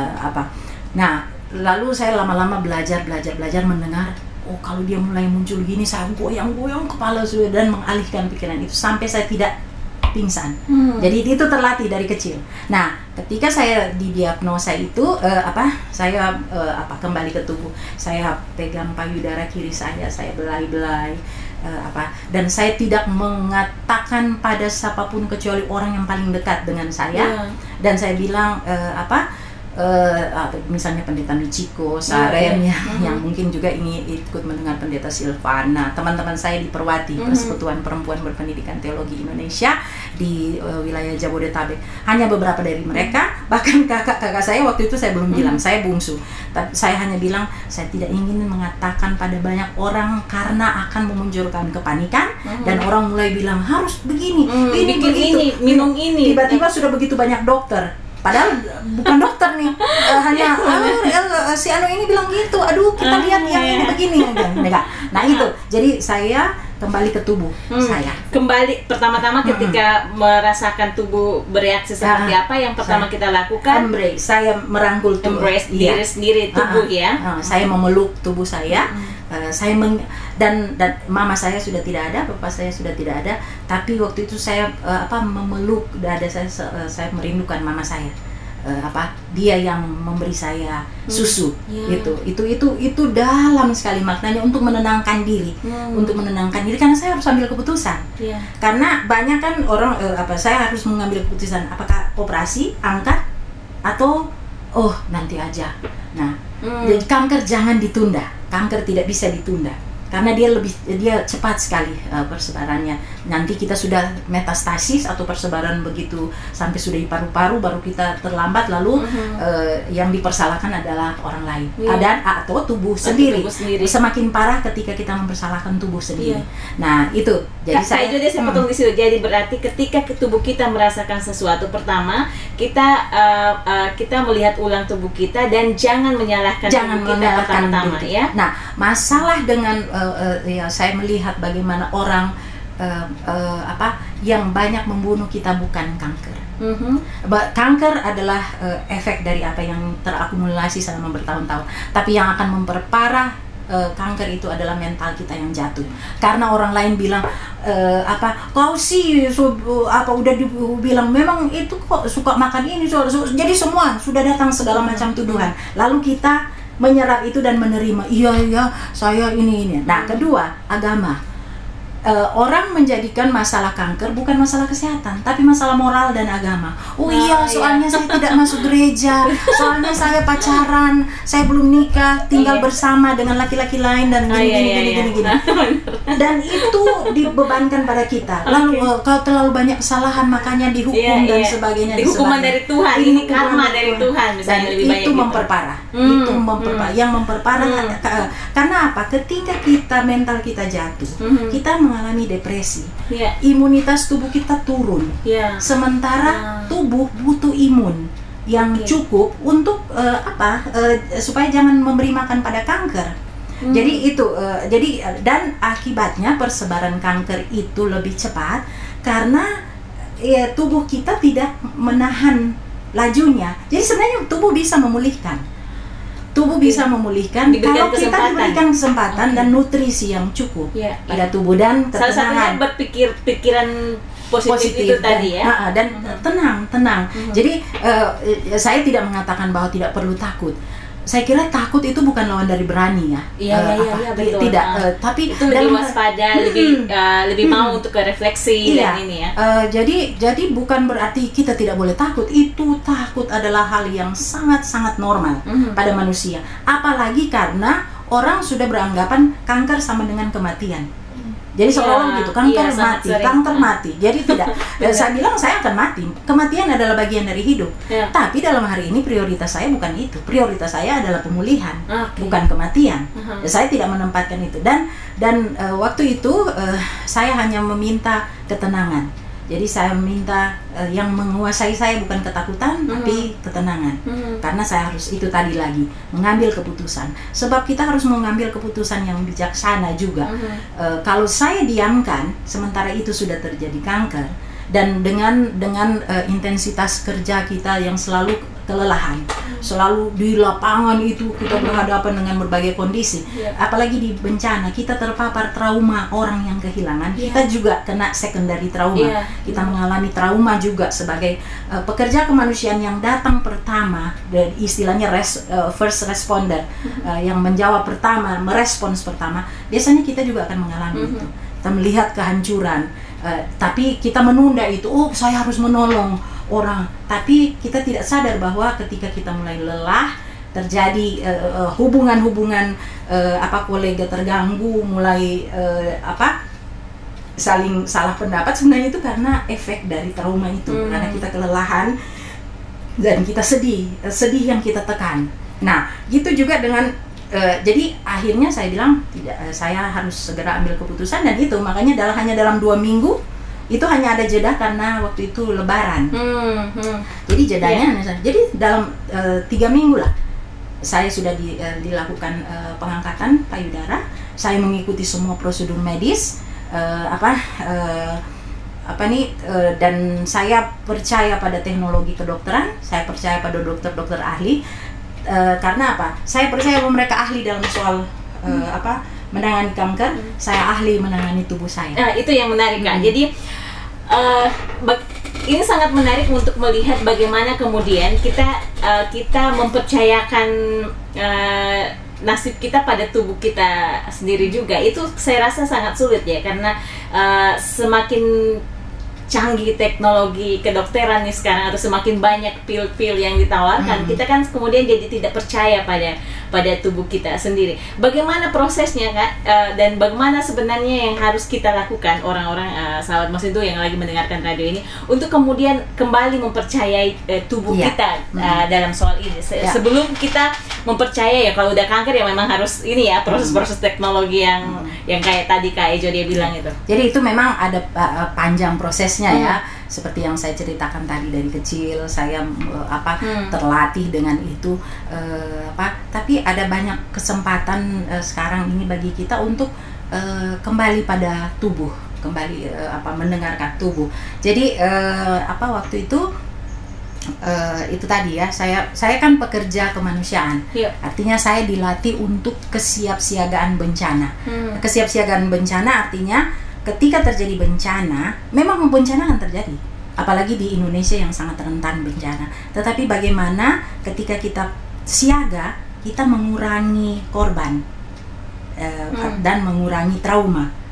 Nah, lalu saya lama-lama belajar mendengar. Oh, kalau dia mulai muncul gini, saya goyang-goyang kepala sudah dan mengalihkan pikiran itu sampai saya tidak pingsan. Jadi itu terlatih dari kecil. Nah, ketika saya didiagnosa itu saya kembali ke tubuh. Saya pegang payudara kiri saya belai-belai dan saya tidak mengatakan pada siapapun kecuali orang yang paling dekat dengan saya. Dan saya bilang misalnya pendeta Michiko, Saren yang mungkin juga ini ikut mendengar pendeta Silvana, teman-teman saya di Perwati, Persekutuan Perempuan Berpendidikan Teologi Indonesia di wilayah Jabodetabek. Hanya beberapa dari mereka, bahkan kakak-kakak saya waktu itu saya belum bilang, saya bungsu. Tapi saya hanya bilang saya tidak ingin mengatakan pada banyak orang karena akan memunculkan kepanikan dan orang mulai bilang harus begini, ini, minum ini. Tiba-tiba sudah begitu banyak dokter. Padahal bukan dokter nih, hanya si anu ini bilang gitu, aduh kita lihat yang ini begini enggak. Nah itu, jadi saya kembali ke tubuh saya. Kembali pertama-tama ketika merasakan tubuh bereaksi seperti apa yang pertama kita lakukan? Embrace, saya merangkul tubuh. Embrace diri sendiri, tubuh saya memeluk tubuh saya. Dan mama saya sudah tidak ada, papa saya sudah tidak ada, tapi waktu itu saya memeluk dada saya merindukan mama saya. Dia yang memberi saya susu. Itu dalam sekali maknanya untuk menenangkan diri. Untuk menenangkan diri karena saya harus ambil keputusan. Karena banyak kan orang saya harus mengambil keputusan apakah operasi, angkat atau nanti aja. Nah, jadi kanker jangan ditunda. Kanker tidak bisa ditunda. Karena dia cepat sekali persebarannya. Nanti kita sudah metastasis atau persebaran begitu sampai sudah di paru-paru baru kita terlambat, lalu yang dipersalahkan adalah orang lain atau tubuh sendiri. Semakin parah ketika kita mempersalahkan tubuh sendiri. Nah itu. Jadi saya potong di situ. Jadi berarti ketika tubuh kita merasakan sesuatu, pertama kita melihat ulang tubuh kita dan jangan menyalahkan tubuh kita pertama-tama ya. Nah masalah dengan saya melihat bagaimana orang yang banyak membunuh kita bukan kanker. Kanker adalah efek dari apa yang terakumulasi selama bertahun-tahun. Tapi yang akan memperparah kanker itu adalah mental kita yang jatuh. Karena orang lain bilang kau sih udah dibilang memang itu kok suka makan ini, jadi semua sudah datang segala macam tuduhan. Lalu kita menyerap itu dan menerima, iya saya ini. Nah kedua, agama. orang menjadikan masalah kanker bukan masalah kesehatan, tapi masalah moral dan agama. Soalnya saya tidak masuk gereja, soalnya saya pacaran, saya belum nikah, tinggal bersama dengan laki-laki lain dan gini. Dan itu dibebankan pada kita. Lalu kalau terlalu banyak kesalahan makanya dihukum dan sebagainya. Hukuman dari Tuhan, ini karma dari Tuhan misalnya, dan lebih banyak itu gitu. memperparah. Itu memperparah. Yang memperparah karena apa? Ketika kita mental kita jatuh, kita mengalami depresi. Imunitas tubuh kita turun. Sementara tubuh butuh imun yang cukup untuk supaya jangan memberi makan pada kanker. Jadi itu dan akibatnya persebaran kanker itu lebih cepat karena tubuh kita tidak menahan lajunya. Jadi sebenarnya tubuh bisa memulihkan. Kalau kita diberikan kesempatan dan nutrisi yang cukup pada tubuh dan salah satunya pikiran positif itu dan, tadi ya. Dan tenang. Jadi saya tidak mengatakan bahwa tidak perlu takut. Saya kira takut itu bukan lawan dari berani ya. Iya betul. Tidak, tapi itu lebih waspada, lebih mau untuk ke refleksi dan ini ya. Jadi bukan berarti kita tidak boleh takut. Itu takut adalah hal yang sangat-sangat normal pada manusia. Apalagi karena orang sudah beranggapan kanker sama dengan kematian. Jadi seolah-olah gitu, kanker mati. Jadi tidak. Saya bilang saya akan mati. Kematian adalah bagian dari hidup. Tapi dalam hari ini prioritas saya bukan itu. Prioritas saya adalah pemulihan, bukan kematian. Saya tidak menempatkan itu. Dan waktu itu saya hanya meminta ketenangan. Jadi saya meminta yang menguasai saya bukan ketakutan, tapi ketenangan. Karena saya harus itu tadi lagi mengambil keputusan. Sebab kita harus mengambil keputusan yang bijaksana juga. Kalau saya diamkan, sementara itu sudah terjadi kanker, dan dengan intensitas kerja kita yang selalu kelelahan, selalu di lapangan itu kita berhadapan dengan berbagai kondisi, apalagi di bencana kita terpapar trauma orang yang kehilangan, kita juga kena secondary trauma, kita mengalami trauma juga sebagai pekerja kemanusiaan yang datang pertama, dan istilahnya first responder, yang menjawab pertama, merespons pertama, biasanya kita juga akan mengalami itu. Kita melihat kehancuran, tapi kita menunda itu. Saya harus menolong orang, tapi kita tidak sadar bahwa ketika kita mulai lelah, terjadi hubungan-hubungan kolega terganggu, mulai saling salah pendapat, sebenarnya itu karena efek dari trauma itu. Karena kita kelelahan dan kita sedih yang kita tekan. Nah, gitu juga dengan jadi akhirnya saya bilang tidak, saya harus segera ambil keputusan, dan itu makanya hanya dalam 2 minggu itu hanya ada jeda karena waktu itu Lebaran. Jadi jedanya jadi dalam 3 minggu lah saya sudah dilakukan pengangkatan payudara. Saya mengikuti semua prosedur medis dan saya percaya pada teknologi kedokteran, saya percaya pada dokter-dokter ahli. Karena apa? Saya percaya bahwa mereka ahli dalam soal menangani kanker, saya ahli menangani tubuh saya. Nah, itu yang menarik Kak. Jadi ini sangat menarik untuk melihat bagaimana kemudian kita mempercayakan nasib kita pada tubuh kita sendiri juga. Itu saya rasa sangat sulit ya, karena semakin canggih teknologi kedokteran nih sekarang, atau semakin banyak pil-pil yang ditawarkan, kita kan kemudian jadi tidak percaya pada tubuh kita sendiri. Bagaimana prosesnya Kak, dan bagaimana sebenarnya yang harus kita lakukan orang-orang sahabat Mosintowo yang lagi mendengarkan radio ini untuk kemudian kembali mempercayai tubuh kita dalam soal ini. Sebelum kita mempercaya kalau udah kanker ya memang harus ini ya, proses-proses teknologi yang kayak tadi Kak Ejo dia bilang itu. Jadi itu memang ada panjang prosesnya ya, seperti yang saya ceritakan tadi, dari kecil saya terlatih dengan itu, tapi ada banyak kesempatan sekarang ini bagi kita untuk kembali pada tubuh, kembali mendengarkan tubuh. Jadi waktu itu tadi ya, saya kan pekerja kemanusiaan, artinya saya dilatih untuk kesiapsiagaan bencana. Kesiapsiagaan bencana artinya ketika terjadi bencana, memang bencana akan terjadi, apalagi di Indonesia yang sangat rentan bencana. Tetapi bagaimana ketika kita siaga, kita mengurangi korban dan mengurangi trauma.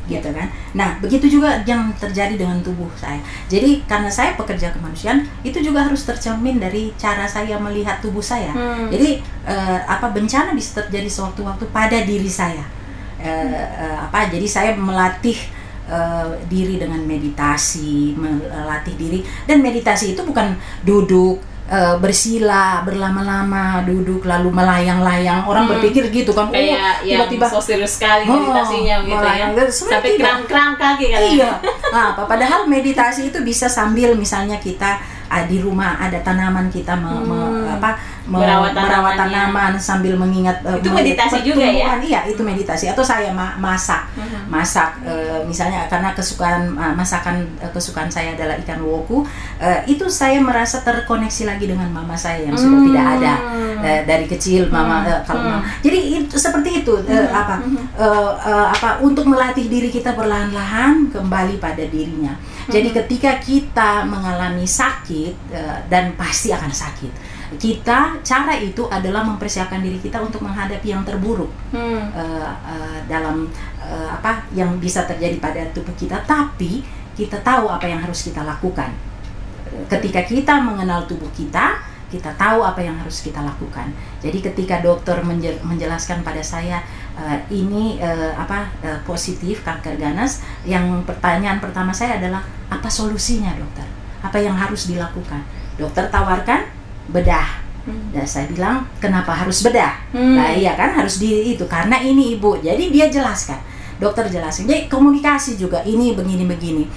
gitu kan. Nah, begitu juga yang terjadi dengan tubuh saya. Jadi karena saya pekerja kemanusiaan, itu juga harus tercermin dari cara saya melihat tubuh saya. Jadi bencana bisa terjadi sewaktu-waktu pada diri saya. Jadi saya melatih diri dengan meditasi, melatih diri, dan meditasi itu bukan duduk bersila berlama-lama, duduk lalu melayang-layang. Orang berpikir gitu kan, kayak tiba-tiba so serius sekali meditasinya gitu ya, sampai kram-kram kaki kan. Iya. Padahal meditasi itu bisa sambil misalnya kita di rumah ada tanaman, kita merawat tanaman sambil mengingat itu meditasi juga ya. Iya, itu meditasi. Atau saya masak misalnya karena kesukaan saya adalah ikan woku, itu saya merasa terkoneksi lagi dengan mama saya yang sudah tidak ada dari kecil. Jadi itu seperti itu, untuk melatih diri kita perlahan-lahan kembali pada dirinya. Jadi ketika kita mengalami sakit, dan pasti akan sakit, cara itu adalah mempersiapkan diri kita untuk menghadapi yang terburuk dalam yang bisa terjadi pada tubuh kita. Tapi kita tahu apa yang harus kita lakukan. Ketika kita mengenal tubuh kita tahu apa yang harus kita lakukan. Jadi ketika dokter menjelaskan pada saya ini positif kanker ganas, yang pertanyaan pertama saya adalah, apa solusinya dokter? Apa yang harus dilakukan? Dokter tawarkan bedah. Dan saya bilang, kenapa harus bedah? Nah iya kan, harus itu karena ini ibu. Jadi dia jelaskan, dokter jelasin. Jadi komunikasi juga, ini begini-begini.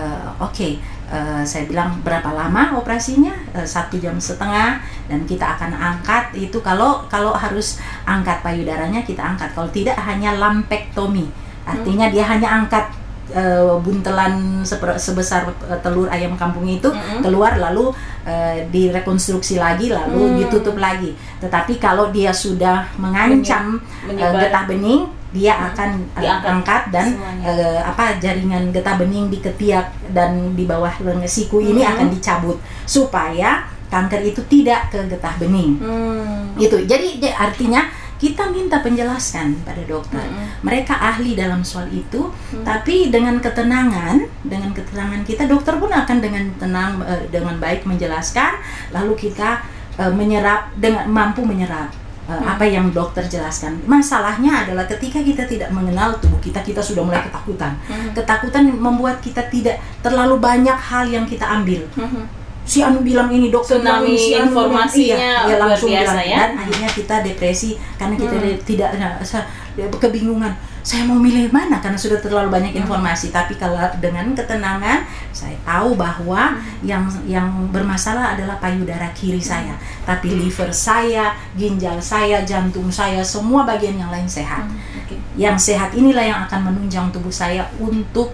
Saya bilang, berapa lama operasinya? 1,5 jam, dan kita akan angkat itu. Kalau harus angkat payudaranya, kita angkat. Kalau tidak, hanya lumpectomy. Artinya dia hanya angkat buntelan sebesar telur ayam kampung itu keluar, lalu direkonstruksi lagi, lalu ditutup lagi. Tetapi kalau dia sudah mengancam getah bening, dia akan diangkat dan jaringan getah bening di ketiak dan di bawah siku ini akan dicabut supaya kanker itu tidak ke getah bening. Gitu. Jadi artinya kita minta penjelasan pada dokter. Mereka ahli dalam soal itu, tapi dengan ketenangan kita, dokter pun akan dengan tenang, dengan baik menjelaskan, lalu kita mampu menyerap apa yang dokter jelaskan. Masalahnya adalah ketika kita tidak mengenal tubuh kita sudah mulai ketakutan. Ketakutan membuat kita tidak terlalu banyak hal yang kita ambil. Si anu bilang ini, dokter bilang ini, si anu informasinya ya langsung biasa, bilang, ya? Dan akhirnya kita depresi karena kita tidak kebingungan. Saya mau milih mana karena sudah terlalu banyak informasi. Tapi kalau dengan ketenangan, saya tahu bahwa yang bermasalah adalah payudara kiri saya, tapi liver saya, ginjal saya, jantung saya, semua bagian yang lain sehat. Yang sehat inilah yang akan menunjang tubuh saya untuk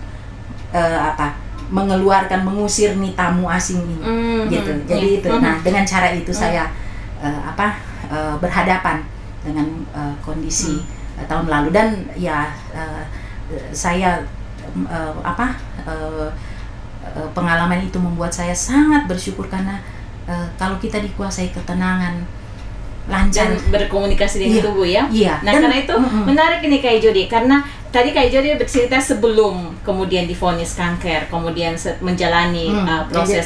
mengusir nih tamu asing ini, gitu. Jadi itu. Nah, dengan cara itu saya berhadapan dengan kondisi tahun lalu, dan saya pengalaman itu membuat saya sangat bersyukur karena kalau kita dikuasai ketenangan, lancar dan berkomunikasi dengan tubuh ya. Nah, dan, karena itu menarik ini Kak Jody, karena tadi Kak Jody bercerita sebelum kemudian divonis kanker, kemudian menjalani proses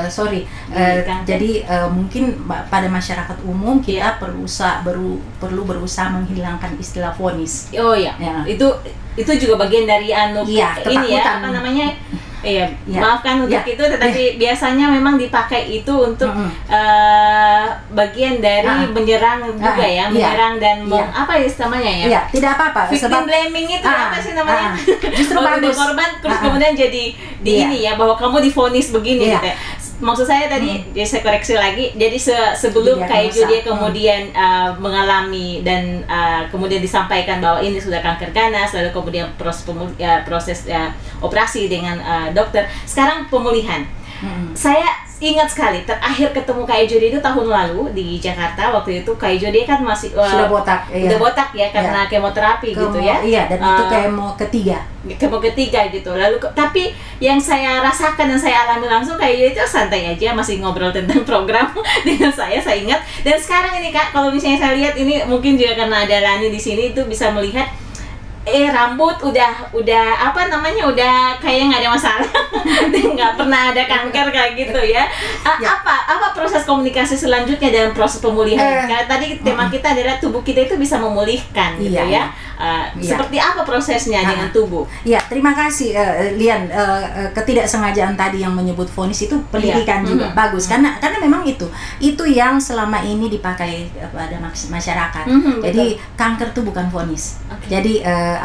jadi mungkin pada masyarakat umum kita perlu berusaha menghilangkan istilah vonis. Oh ya. Itu juga bagian dari ini ya, apa namanya? Maafkan untuk itu, tetapi biasanya memang dipakai itu untuk bagian dari menyerang juga menyerang dan apa istilahnya ya? Tidak apa-apa. Victim blaming itu apa sih namanya? Justru bagus. Korban terus kemudian jadi ini ya, bahwa kamu divonis begini gitu ya. Maksud saya tadi, saya koreksi lagi. Jadi sebelum Kak Jody kemudian mengalami dan kemudian disampaikan bahwa ini sudah kanker ganas, lalu kemudian proses operasi dengan dokter. Sekarang pemulihan. Saya ingat sekali terakhir ketemu Kak Jody itu tahun lalu di Jakarta. Waktu itu Kak Jody kan masih sudah botak, udah botak ya karena kemoterapi gitu ya. Iya, dan itu kemo ketiga gitu. Lalu tapi yang saya rasakan dan saya alami langsung, Kak Jody itu santai aja, masih ngobrol tentang program dengan saya ingat. Dan sekarang ini Kak, kalau misalnya saya lihat ini, mungkin juga karena ada Rani di sini itu bisa melihat rambut udah apa namanya, udah kayaknya nggak ada masalah, nggak pernah ada kanker kayak gitu ya. Apa proses komunikasi selanjutnya dalam proses pemulihan? Karena tadi tema kita adalah tubuh kita itu bisa memulihkan gitu ya. Seperti apa prosesnya dengan tubuh? Ya, terima kasih Lian. Ketidaksengajaan tadi yang menyebut vonis itu pendidikan juga bagus, karena memang itu yang selama ini dipakai pada masyarakat. Jadi kanker itu bukan vonis. Jadi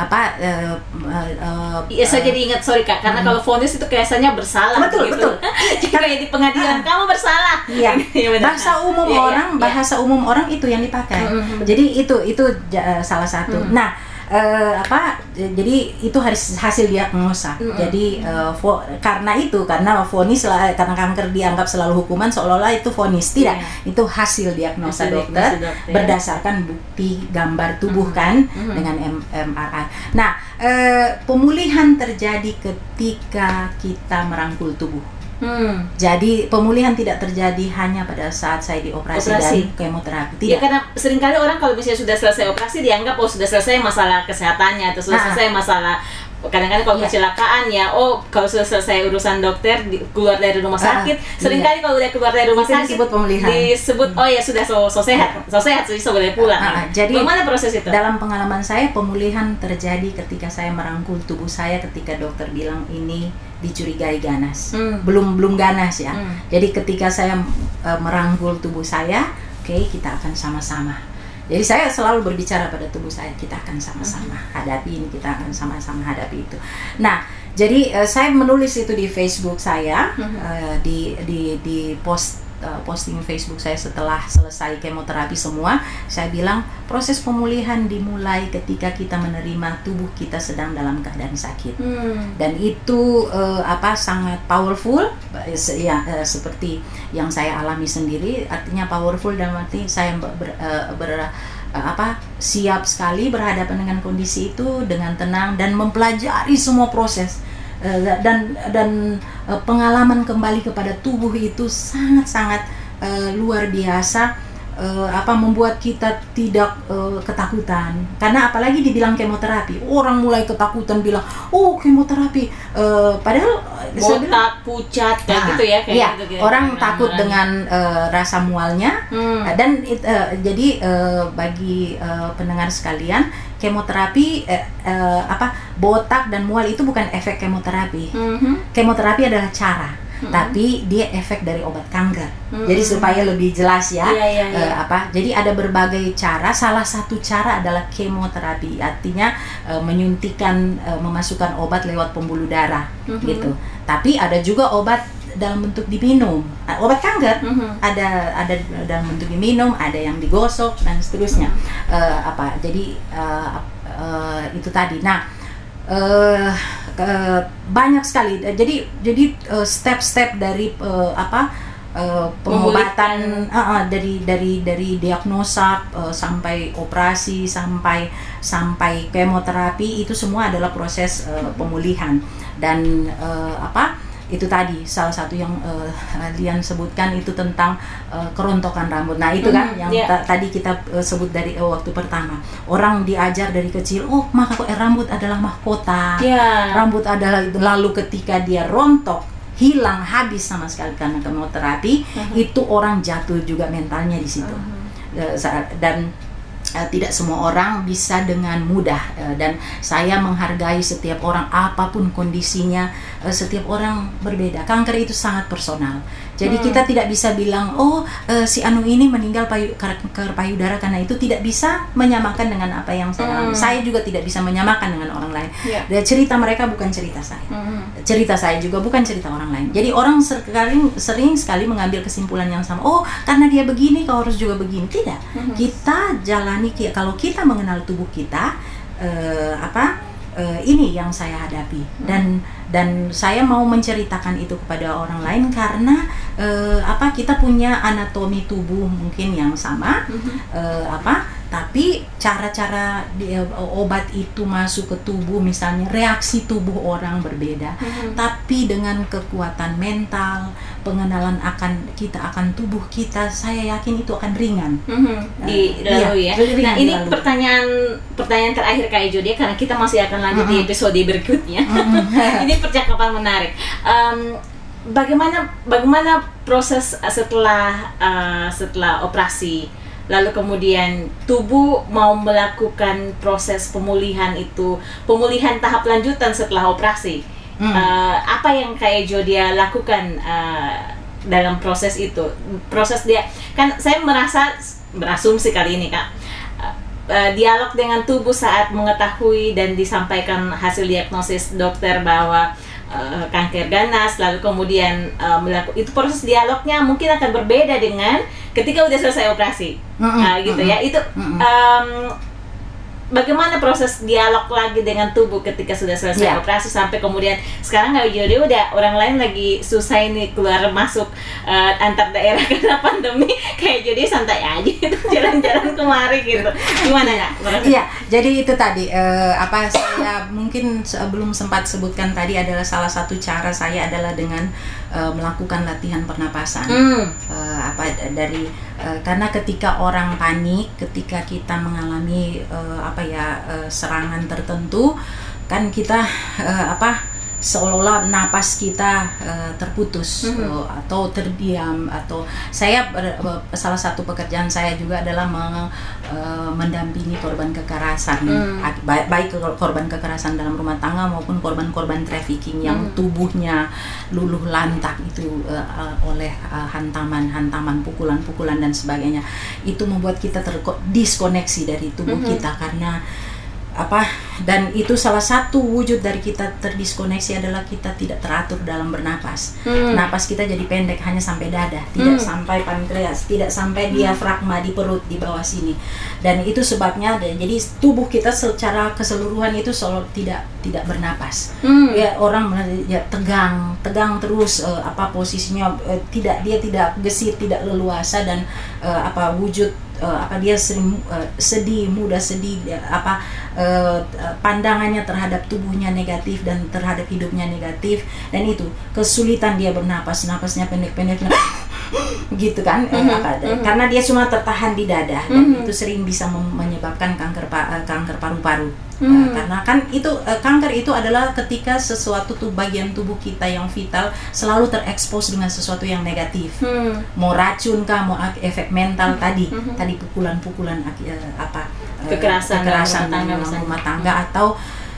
saya jadi ingat, sorry Kak, karena kalau vonis itu kayaknya bersalah. Betul. Jadi kayak di pengadilan kamu bersalah. Iya. Bahasa umum orang itu yang dipakai. Jadi itu salah satu. Nah, jadi itu hasil diagnosa. Jadi karena vonis, karena kanker dianggap selalu hukuman, seolah-olah itu vonis. Tidak, itu hasil diagnosa dokter berdasarkan bukti gambar tubuh kan dengan MRI. Nah, pemulihan terjadi ketika kita merangkul tubuh. Jadi pemulihan tidak terjadi hanya pada saat saya dioperasi dan kemoterapi. Tidak. Ya, karena seringkali orang kalau misalnya sudah selesai operasi dianggap sudah selesai masalah kesehatannya atau sudah selesai masalah. Kadang-kadang kalau kecelakaan ya, kalau sudah selesai urusan dokter, keluar dari rumah sakit. Seringkali kalau udah keluar dari rumah sakit disebut pemulihan. Sudah so sehat, so boleh pulang. Jadi bagaimana proses itu? Dalam pengalaman saya, pemulihan terjadi ketika saya merangkul tubuh saya ketika dokter bilang ini dicurigai ganas. Belum ganas ya. Jadi ketika saya merangkul tubuh saya, kita akan sama-sama. Jadi saya selalu berbicara pada tubuh saya, kita akan sama-sama hadapi ini, kita akan sama-sama hadapi itu. Nah, jadi saya menulis itu di Facebook saya, di posting Facebook saya setelah selesai kemoterapi semua. Saya bilang proses pemulihan dimulai ketika kita menerima tubuh kita sedang dalam keadaan sakit, dan itu sangat powerful seperti yang saya alami sendiri. Artinya powerful dalam arti saya siap sekali berhadapan dengan kondisi itu dengan tenang dan mempelajari semua proses. Dan pengalaman kembali kepada tubuh itu sangat-sangat luar biasa, membuat kita tidak ketakutan. Karena apalagi dibilang kemoterapi, orang mulai ketakutan bilang, kemoterapi, padahal botak, pucat, kayak gitu ya, gitu. Orang takut dengan rasa mualnya, dan jadi bagi pendengar sekalian, kemoterapi botak dan mual itu bukan efek kemoterapi. Kemoterapi adalah cara, tapi dia efek dari obat kanker. Jadi supaya lebih jelas ya, jadi ada berbagai cara. Salah satu cara adalah kemoterapi, artinya menyuntikkan, memasukkan obat lewat pembuluh darah gitu. Tapi ada juga obat dalam bentuk diminum. Obat kanker ada dalam bentuk diminum, ada yang digosok dan seterusnya. Jadi itu tadi. Nah, banyak sekali. Jadi step-step dari pengobatan, dari diagnosa sampai operasi sampai kemoterapi, itu semua adalah proses pemulihan. Dan itu tadi salah satu yang Lian sebutkan itu tentang kerontokan rambut. Nah itu kan yang tadi kita sebut dari waktu pertama, orang diajar dari kecil, rambut adalah mahkota, rambut adalah, lalu ketika dia rontok, hilang, habis sama sekali karena kemoterapi, itu orang jatuh juga mentalnya di situ. Dan tidak semua orang bisa dengan mudah, dan saya menghargai setiap orang apapun kondisinya. Setiap orang berbeda. Kanker itu sangat personal. Jadi kita tidak bisa bilang si Anu ini meninggal kanker payudara karena itu, tidak bisa menyamakan dengan apa yang saya alami. Saya juga tidak bisa menyamakan dengan orang lain. Dan cerita mereka bukan cerita saya. Cerita saya juga bukan cerita orang lain. Jadi orang sering sekali mengambil kesimpulan yang sama. Karena dia begini, kau harus juga begini. Tidak. Kita jalani, kalau kita mengenal tubuh kita, ini yang saya hadapi, dan saya mau menceritakan itu kepada orang lain karena kita punya anatomi tubuh mungkin yang sama, Tapi cara-cara obat itu masuk ke tubuh, misalnya reaksi tubuh orang berbeda, tapi dengan kekuatan mental, pengenalan kita akan tubuh kita, saya yakin itu akan ringan. Dilalui ya. Nah, ini pertanyaan terakhir Kak Ejo dia, karena kita masih akan lanjut di episode berikutnya. Ini percakapan menarik. Bagaimana proses setelah operasi, lalu kemudian tubuh mau melakukan proses pemulihan tahap lanjutan setelah operasi? Apa yang Kak Ejo dia lakukan dalam proses itu? Proses dia, kan saya berasumsi kali ini Kak, dialog dengan tubuh saat mengetahui dan disampaikan hasil diagnosis dokter bahwa kanker ganas, lalu kemudian itu proses dialognya mungkin akan berbeda dengan ketika udah selesai operasi, gitu ya. Itu bagaimana proses dialog lagi dengan tubuh ketika sudah selesai operasi sampai kemudian sekarang nggak dia udah orang lain lagi susah ini keluar masuk antar daerah karena pandemi, kayak jadi santai aja gitu, jalan-jalan kemari gitu. Gimana Kak? Iya, jadi itu tadi saya mungkin belum sempat sebutkan tadi adalah salah satu cara saya adalah dengan melakukan latihan pernapasan. Karena ketika orang panik, ketika kita mengalami serangan tertentu, kan kita seolah-olah napas kita terputus atau terdiam. Atau salah satu pekerjaan saya juga adalah mendampingi korban kekerasan, baik korban kekerasan dalam rumah tangga maupun korban-korban trafficking yang tubuhnya luluh lantak itu oleh hantaman, pukulan-pukulan dan sebagainya. Itu membuat kita diskoneksi dari tubuh kita, karena dan itu salah satu wujud dari kita terdiskoneksi adalah kita tidak teratur dalam bernapas. Napas kita jadi pendek hanya sampai dada, tidak sampai pankreas, tidak sampai diafragma di perut di bawah sini. Dan itu sebabnya jadi tubuh kita secara keseluruhan itu selalu tidak bernapas. Ya, orang tegang terus, posisinya dia tidak gesit, tidak leluasa, dan wujud dia sering mudah sedih, pandangannya terhadap tubuhnya negatif dan terhadap hidupnya negatif, dan itu kesulitan dia bernapas, napasnya pendek-pendek gitu kan, karena dia cuma tertahan di dada, dan itu sering bisa menyebabkan kanker paru-paru. Karena kan itu kanker itu adalah ketika sesuatu bagian tubuh kita yang vital selalu terekspos dengan sesuatu yang negatif, mau racun kah, mau efek mental tadi pukulan-pukulan kekerasan dalam rumah tangga, atau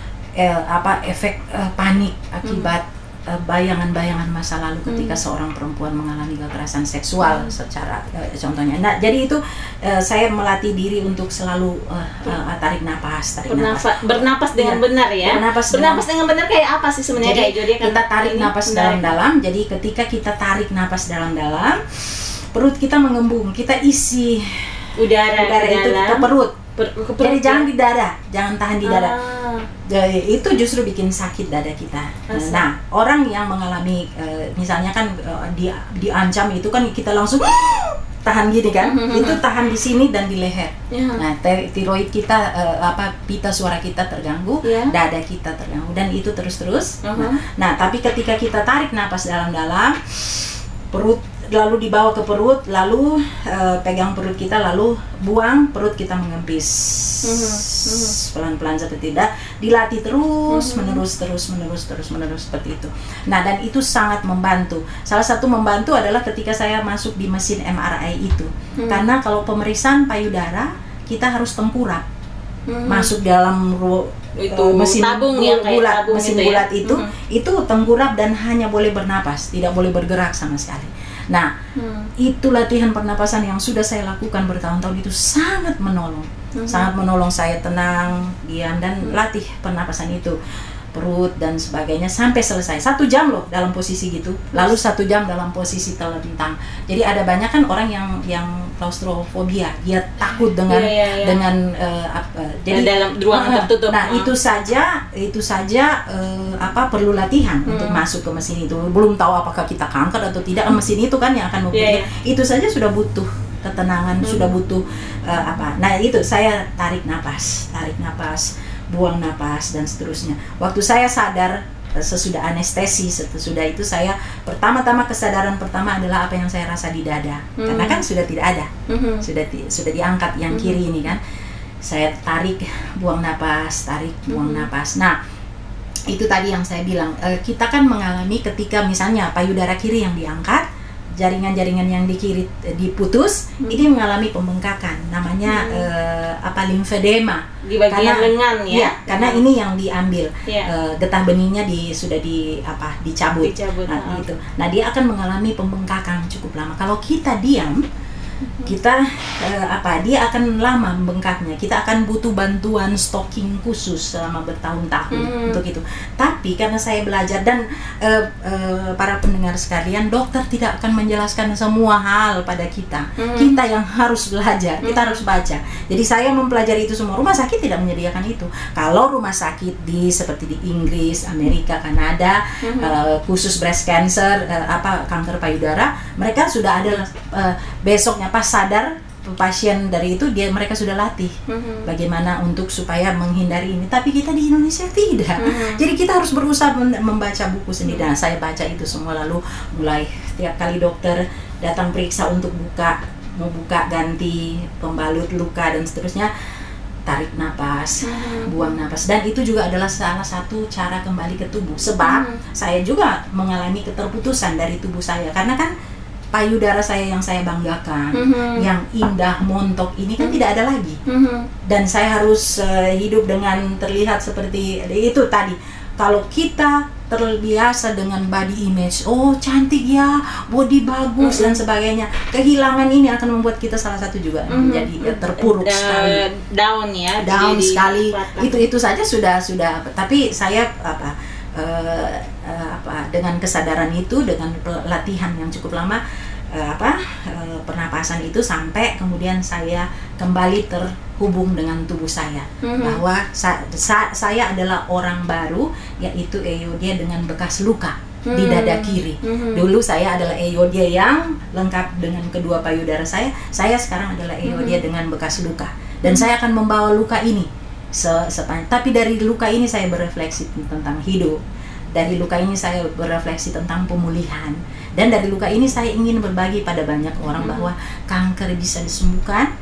efek panik akibat bayangan-bayangan masa lalu ketika seorang perempuan mengalami kekerasan seksual secara contohnya. Nah, jadi itu saya melatih diri untuk selalu tarik napas. Bernapas dengan benar ya. Bernapas dengan benar kayak apa sih sebenarnya? Jadi kita tarik napas dalam-dalam. Jadi ketika kita tarik napas dalam-dalam, perut kita mengembung, kita isi udara itu ke perut. Jadi jangan di dada, jangan tahan di dada. Jadi itu justru bikin sakit dada kita. Nah, orang yang mengalami misalnya kan diancam itu kan kita langsung tahan gini kan, itu tahan di sini dan di leher. Nah, tiroid kita pita suara kita terganggu, dada kita terganggu, dan itu terus-terus. Nah, tapi ketika kita tarik napas dalam-dalam, perut lalu dibawa ke perut, lalu pegang perut kita, lalu buang, perut kita mengempis pelan-pelan seperti itu. Dilatih terus menerus seperti itu. Nah, dan itu sangat membantu. Salah satu membantu adalah ketika saya masuk di mesin MRI itu, karena kalau pemeriksaan payudara kita harus tengkurap, masuk dalam mesin tabung bulat, mesin bulat itu tengkurap dan hanya boleh bernapas, tidak boleh bergerak sama sekali. Nah, itu latihan pernapasan yang sudah saya lakukan bertahun-tahun, itu sangat menolong. Sangat menolong saya tenang, diam, dan latih pernapasan itu, perut dan sebagainya sampai selesai. 1 jam loh dalam posisi gitu, lalu 1 jam dalam posisi telentang. Jadi ada banyak kan orang yang klaustrofobia, dia takut dengan jadi dalam ruangan tertutup. Nah, itu saja perlu latihan untuk masuk ke mesin itu. Belum tahu apakah kita kanker atau tidak, mesin itu kan yang akan membuktikan. Itu saja sudah butuh ketenangan, sudah butuh apa. Nah itu saya tarik napas, buang napas dan seterusnya. Waktu saya sadar sesudah anestesi, sesudah itu saya pertama-tama kesadaran pertama adalah apa yang saya rasa di dada, karena kan sudah tidak ada, sudah diangkat yang kiri ini kan. Saya tarik, buang napas, tarik, buang napas. Nah itu tadi yang saya bilang, kita kan mengalami ketika misalnya payudara kiri yang diangkat, jaringan-jaringan yang di kiri diputus, ini mengalami pembengkakan, namanya limfedema di bagian lengan ya. Karena ini yang diambil, getah benihnya sudah dicabut. Nah, gitu. Nah, dia akan mengalami pembengkakan cukup lama. Kalau kita diam, kita dia akan lama membengkaknya. Kita akan butuh bantuan stocking khusus selama bertahun-tahun untuk itu. Tapi karena saya belajar dan para pendengar sekalian, dokter tidak akan menjelaskan semua hal pada kita. Kita yang harus belajar, kita harus baca. Jadi saya mempelajari itu semua. Rumah sakit tidak menyediakan itu. Kalau rumah sakit seperti di Inggris, Amerika, Kanada, khusus breast cancer, kanker payudara, mereka sudah ada besoknya pas sadar pasien dari itu, mereka sudah latih bagaimana untuk supaya menghindari ini. Tapi kita di Indonesia tidak. Jadi kita harus berusaha membaca buku sendiri. Dan saya baca itu semua, lalu mulai tiap kali dokter datang periksa untuk mau buka ganti pembalut luka dan seterusnya, tarik napas, buang napas. Dan itu juga adalah salah satu cara kembali ke tubuh. Sebab saya juga mengalami keterputusan dari tubuh saya, karena kan payudara saya yang saya banggakan, yang indah montok ini kan tidak ada lagi. Dan saya harus hidup dengan terlihat seperti itu tadi. Kalau kita terbiasa dengan body image, oh cantik ya, body bagus dan sebagainya, kehilangan ini akan membuat kita salah satu juga menjadi terpuruk sekali, down sekali. Itu saja sudah. Tapi saya dengan kesadaran itu, dengan pelatihan yang cukup lama, pernapasan itu, sampai kemudian saya kembali terhubung dengan tubuh saya, bahwa saya adalah orang baru, yaitu Eyodia dengan bekas luka di dada kiri. Dulu saya adalah Eyodia yang lengkap dengan kedua payudara saya sekarang adalah Eyodia dengan bekas luka, dan saya akan membawa luka ini tapi dari luka ini saya berefleksi tentang hidup. Dari luka ini saya berefleksi tentang pemulihan, dan dari luka ini saya ingin berbagi pada banyak orang bahwa kanker bisa disembuhkan.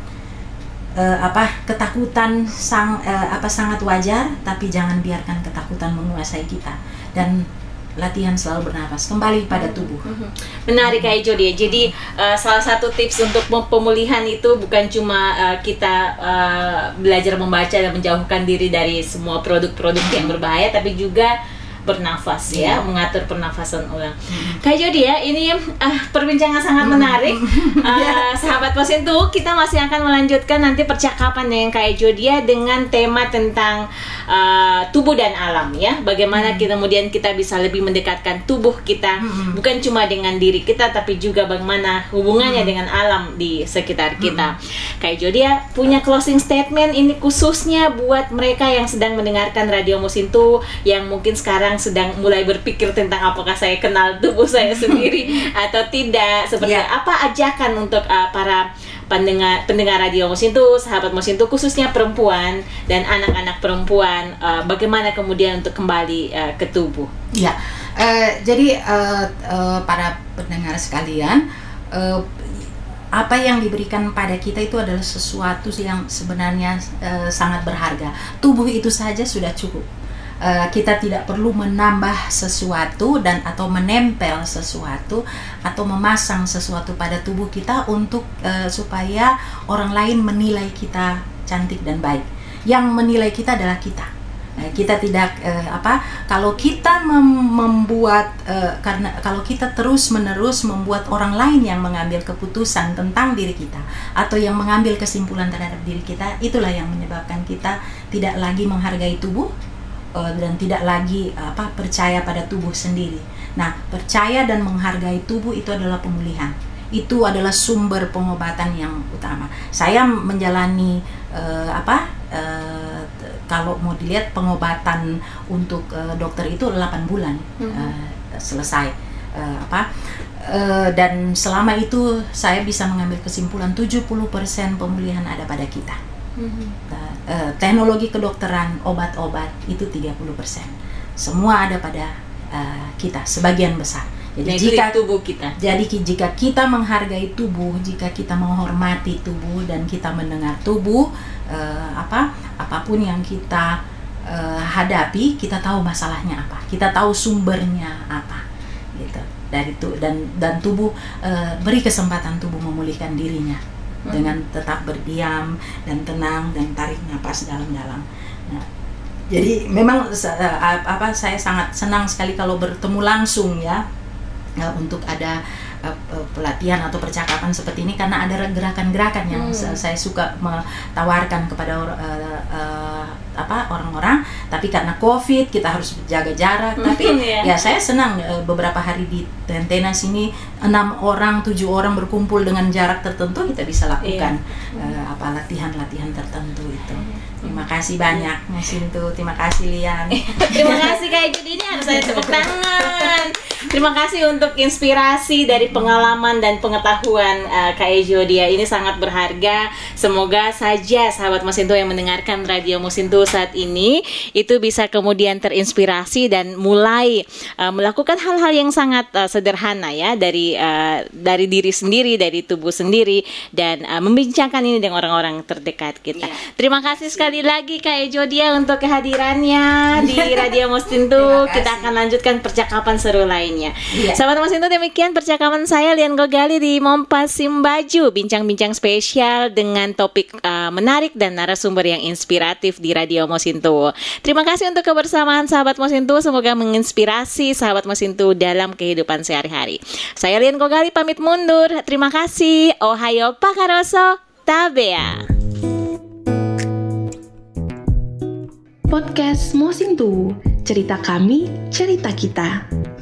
Ketakutan sangat wajar, tapi jangan biarkan ketakutan menguasai kita, dan latihan selalu bernapas, kembali pada tubuh. Menarik Kak Ejo dia. Jadi salah satu tips untuk pemulihan itu bukan cuma kita belajar membaca dan menjauhkan diri dari semua produk-produk yang berbahaya, tapi juga bernafas ya, mengatur pernafasan ulang. Kak Jody ya, ini perbincangan sangat menarik. Sahabat Posintu, kita masih akan melanjutkan nanti percakapan dengan Kak Jody ya, dengan tema tentang tubuh dan alam ya. Bagaimana kemudian kita bisa lebih mendekatkan tubuh kita, bukan cuma dengan diri kita, tapi juga bagaimana hubungannya dengan alam di sekitar kita. Kak Jody ya, punya closing statement ini khususnya buat mereka yang sedang mendengarkan Radio Mosintu, yang mungkin sekarang sedang mulai berpikir tentang apakah saya kenal tubuh saya sendiri atau tidak, seperti apa ajakan untuk para pendengar Radio Mosintu, sahabat Mosintu, khususnya perempuan dan anak-anak perempuan, bagaimana kemudian untuk kembali ke tubuh. Jadi para pendengar sekalian, apa yang diberikan pada kita itu adalah sesuatu yang sebenarnya sangat berharga. Tubuh itu saja sudah cukup. Kita tidak perlu menambah sesuatu atau menempel sesuatu atau memasang sesuatu pada tubuh kita untuk supaya orang lain menilai kita cantik dan baik. Yang menilai kita adalah kita. Kita tidak kalau kita kalau kita terus-menerus membuat orang lain yang mengambil keputusan tentang diri kita atau yang mengambil kesimpulan terhadap diri kita, itulah yang menyebabkan kita tidak lagi menghargai tubuh dan tidak lagi percaya pada tubuh sendiri. Nah, percaya dan menghargai tubuh itu adalah pemulihan. Itu adalah sumber pengobatan yang utama. Saya menjalani kalau mau dilihat pengobatan untuk dokter itu 8 bulan selesai. Dan selama itu saya bisa mengambil kesimpulan 70% pemulihan ada pada kita. Teknologi kedokteran, obat-obat itu 30%. Semua ada pada kita sebagian besar. Jadi jika tubuh kita. Jadi jika kita menghargai tubuh, jika kita menghormati tubuh dan kita mendengar tubuh, apapun yang kita hadapi, kita tahu masalahnya apa, kita tahu sumbernya apa, gitu. Dari itu dan tubuh beri kesempatan tubuh memulihkan dirinya dengan tetap berdiam dan tenang dan tarik napas dalam-dalam. Nah, jadi memang saya sangat senang sekali kalau bertemu langsung ya. Untuk ada pelatihan atau percakapan seperti ini, karena ada gerakan-gerakan yang saya suka mentawarkan kepada orang-orang. Tapi karena COVID kita harus jaga jarak. Tapi ya saya senang beberapa hari di Tentenas ini 6 orang, 7 orang berkumpul dengan jarak tertentu, kita bisa lakukan latihan-latihan tertentu itu. Terima kasih banyak Mosintu, terima kasih Lian. Terima kasih Kak Jody, ini harus saya tepuk tangan. Terima kasih untuk inspirasi dari pengalaman dan pengetahuan Kak Jodia, ini sangat berharga. Semoga saja sahabat Mosintu yang mendengarkan Radio Mosintu saat ini itu bisa kemudian terinspirasi dan mulai melakukan hal-hal yang sangat sederhana ya, dari diri sendiri, dari tubuh sendiri, dan membincangkan ini dengan orang-orang terdekat kita. Terima kasih sekali lagi Kak Jodia untuk kehadirannya di Radio Mosintu. Kita akan lanjutkan percakapan seru lainnya. Sahabat Mosintu, demikian percakapan saya Lian Gogali di Mompas Simbaju, bincang-bincang spesial dengan topik menarik dan narasumber yang inspiratif di Radio Mosintu. Terima kasih untuk kebersamaan sahabat Mosintu, semoga menginspirasi sahabat Mosintu dalam kehidupan sehari-hari. Saya Lian Gogali pamit mundur. Terima kasih. Ohayo pakaroso tabea. Podcast Mosintu, cerita kami, cerita kita.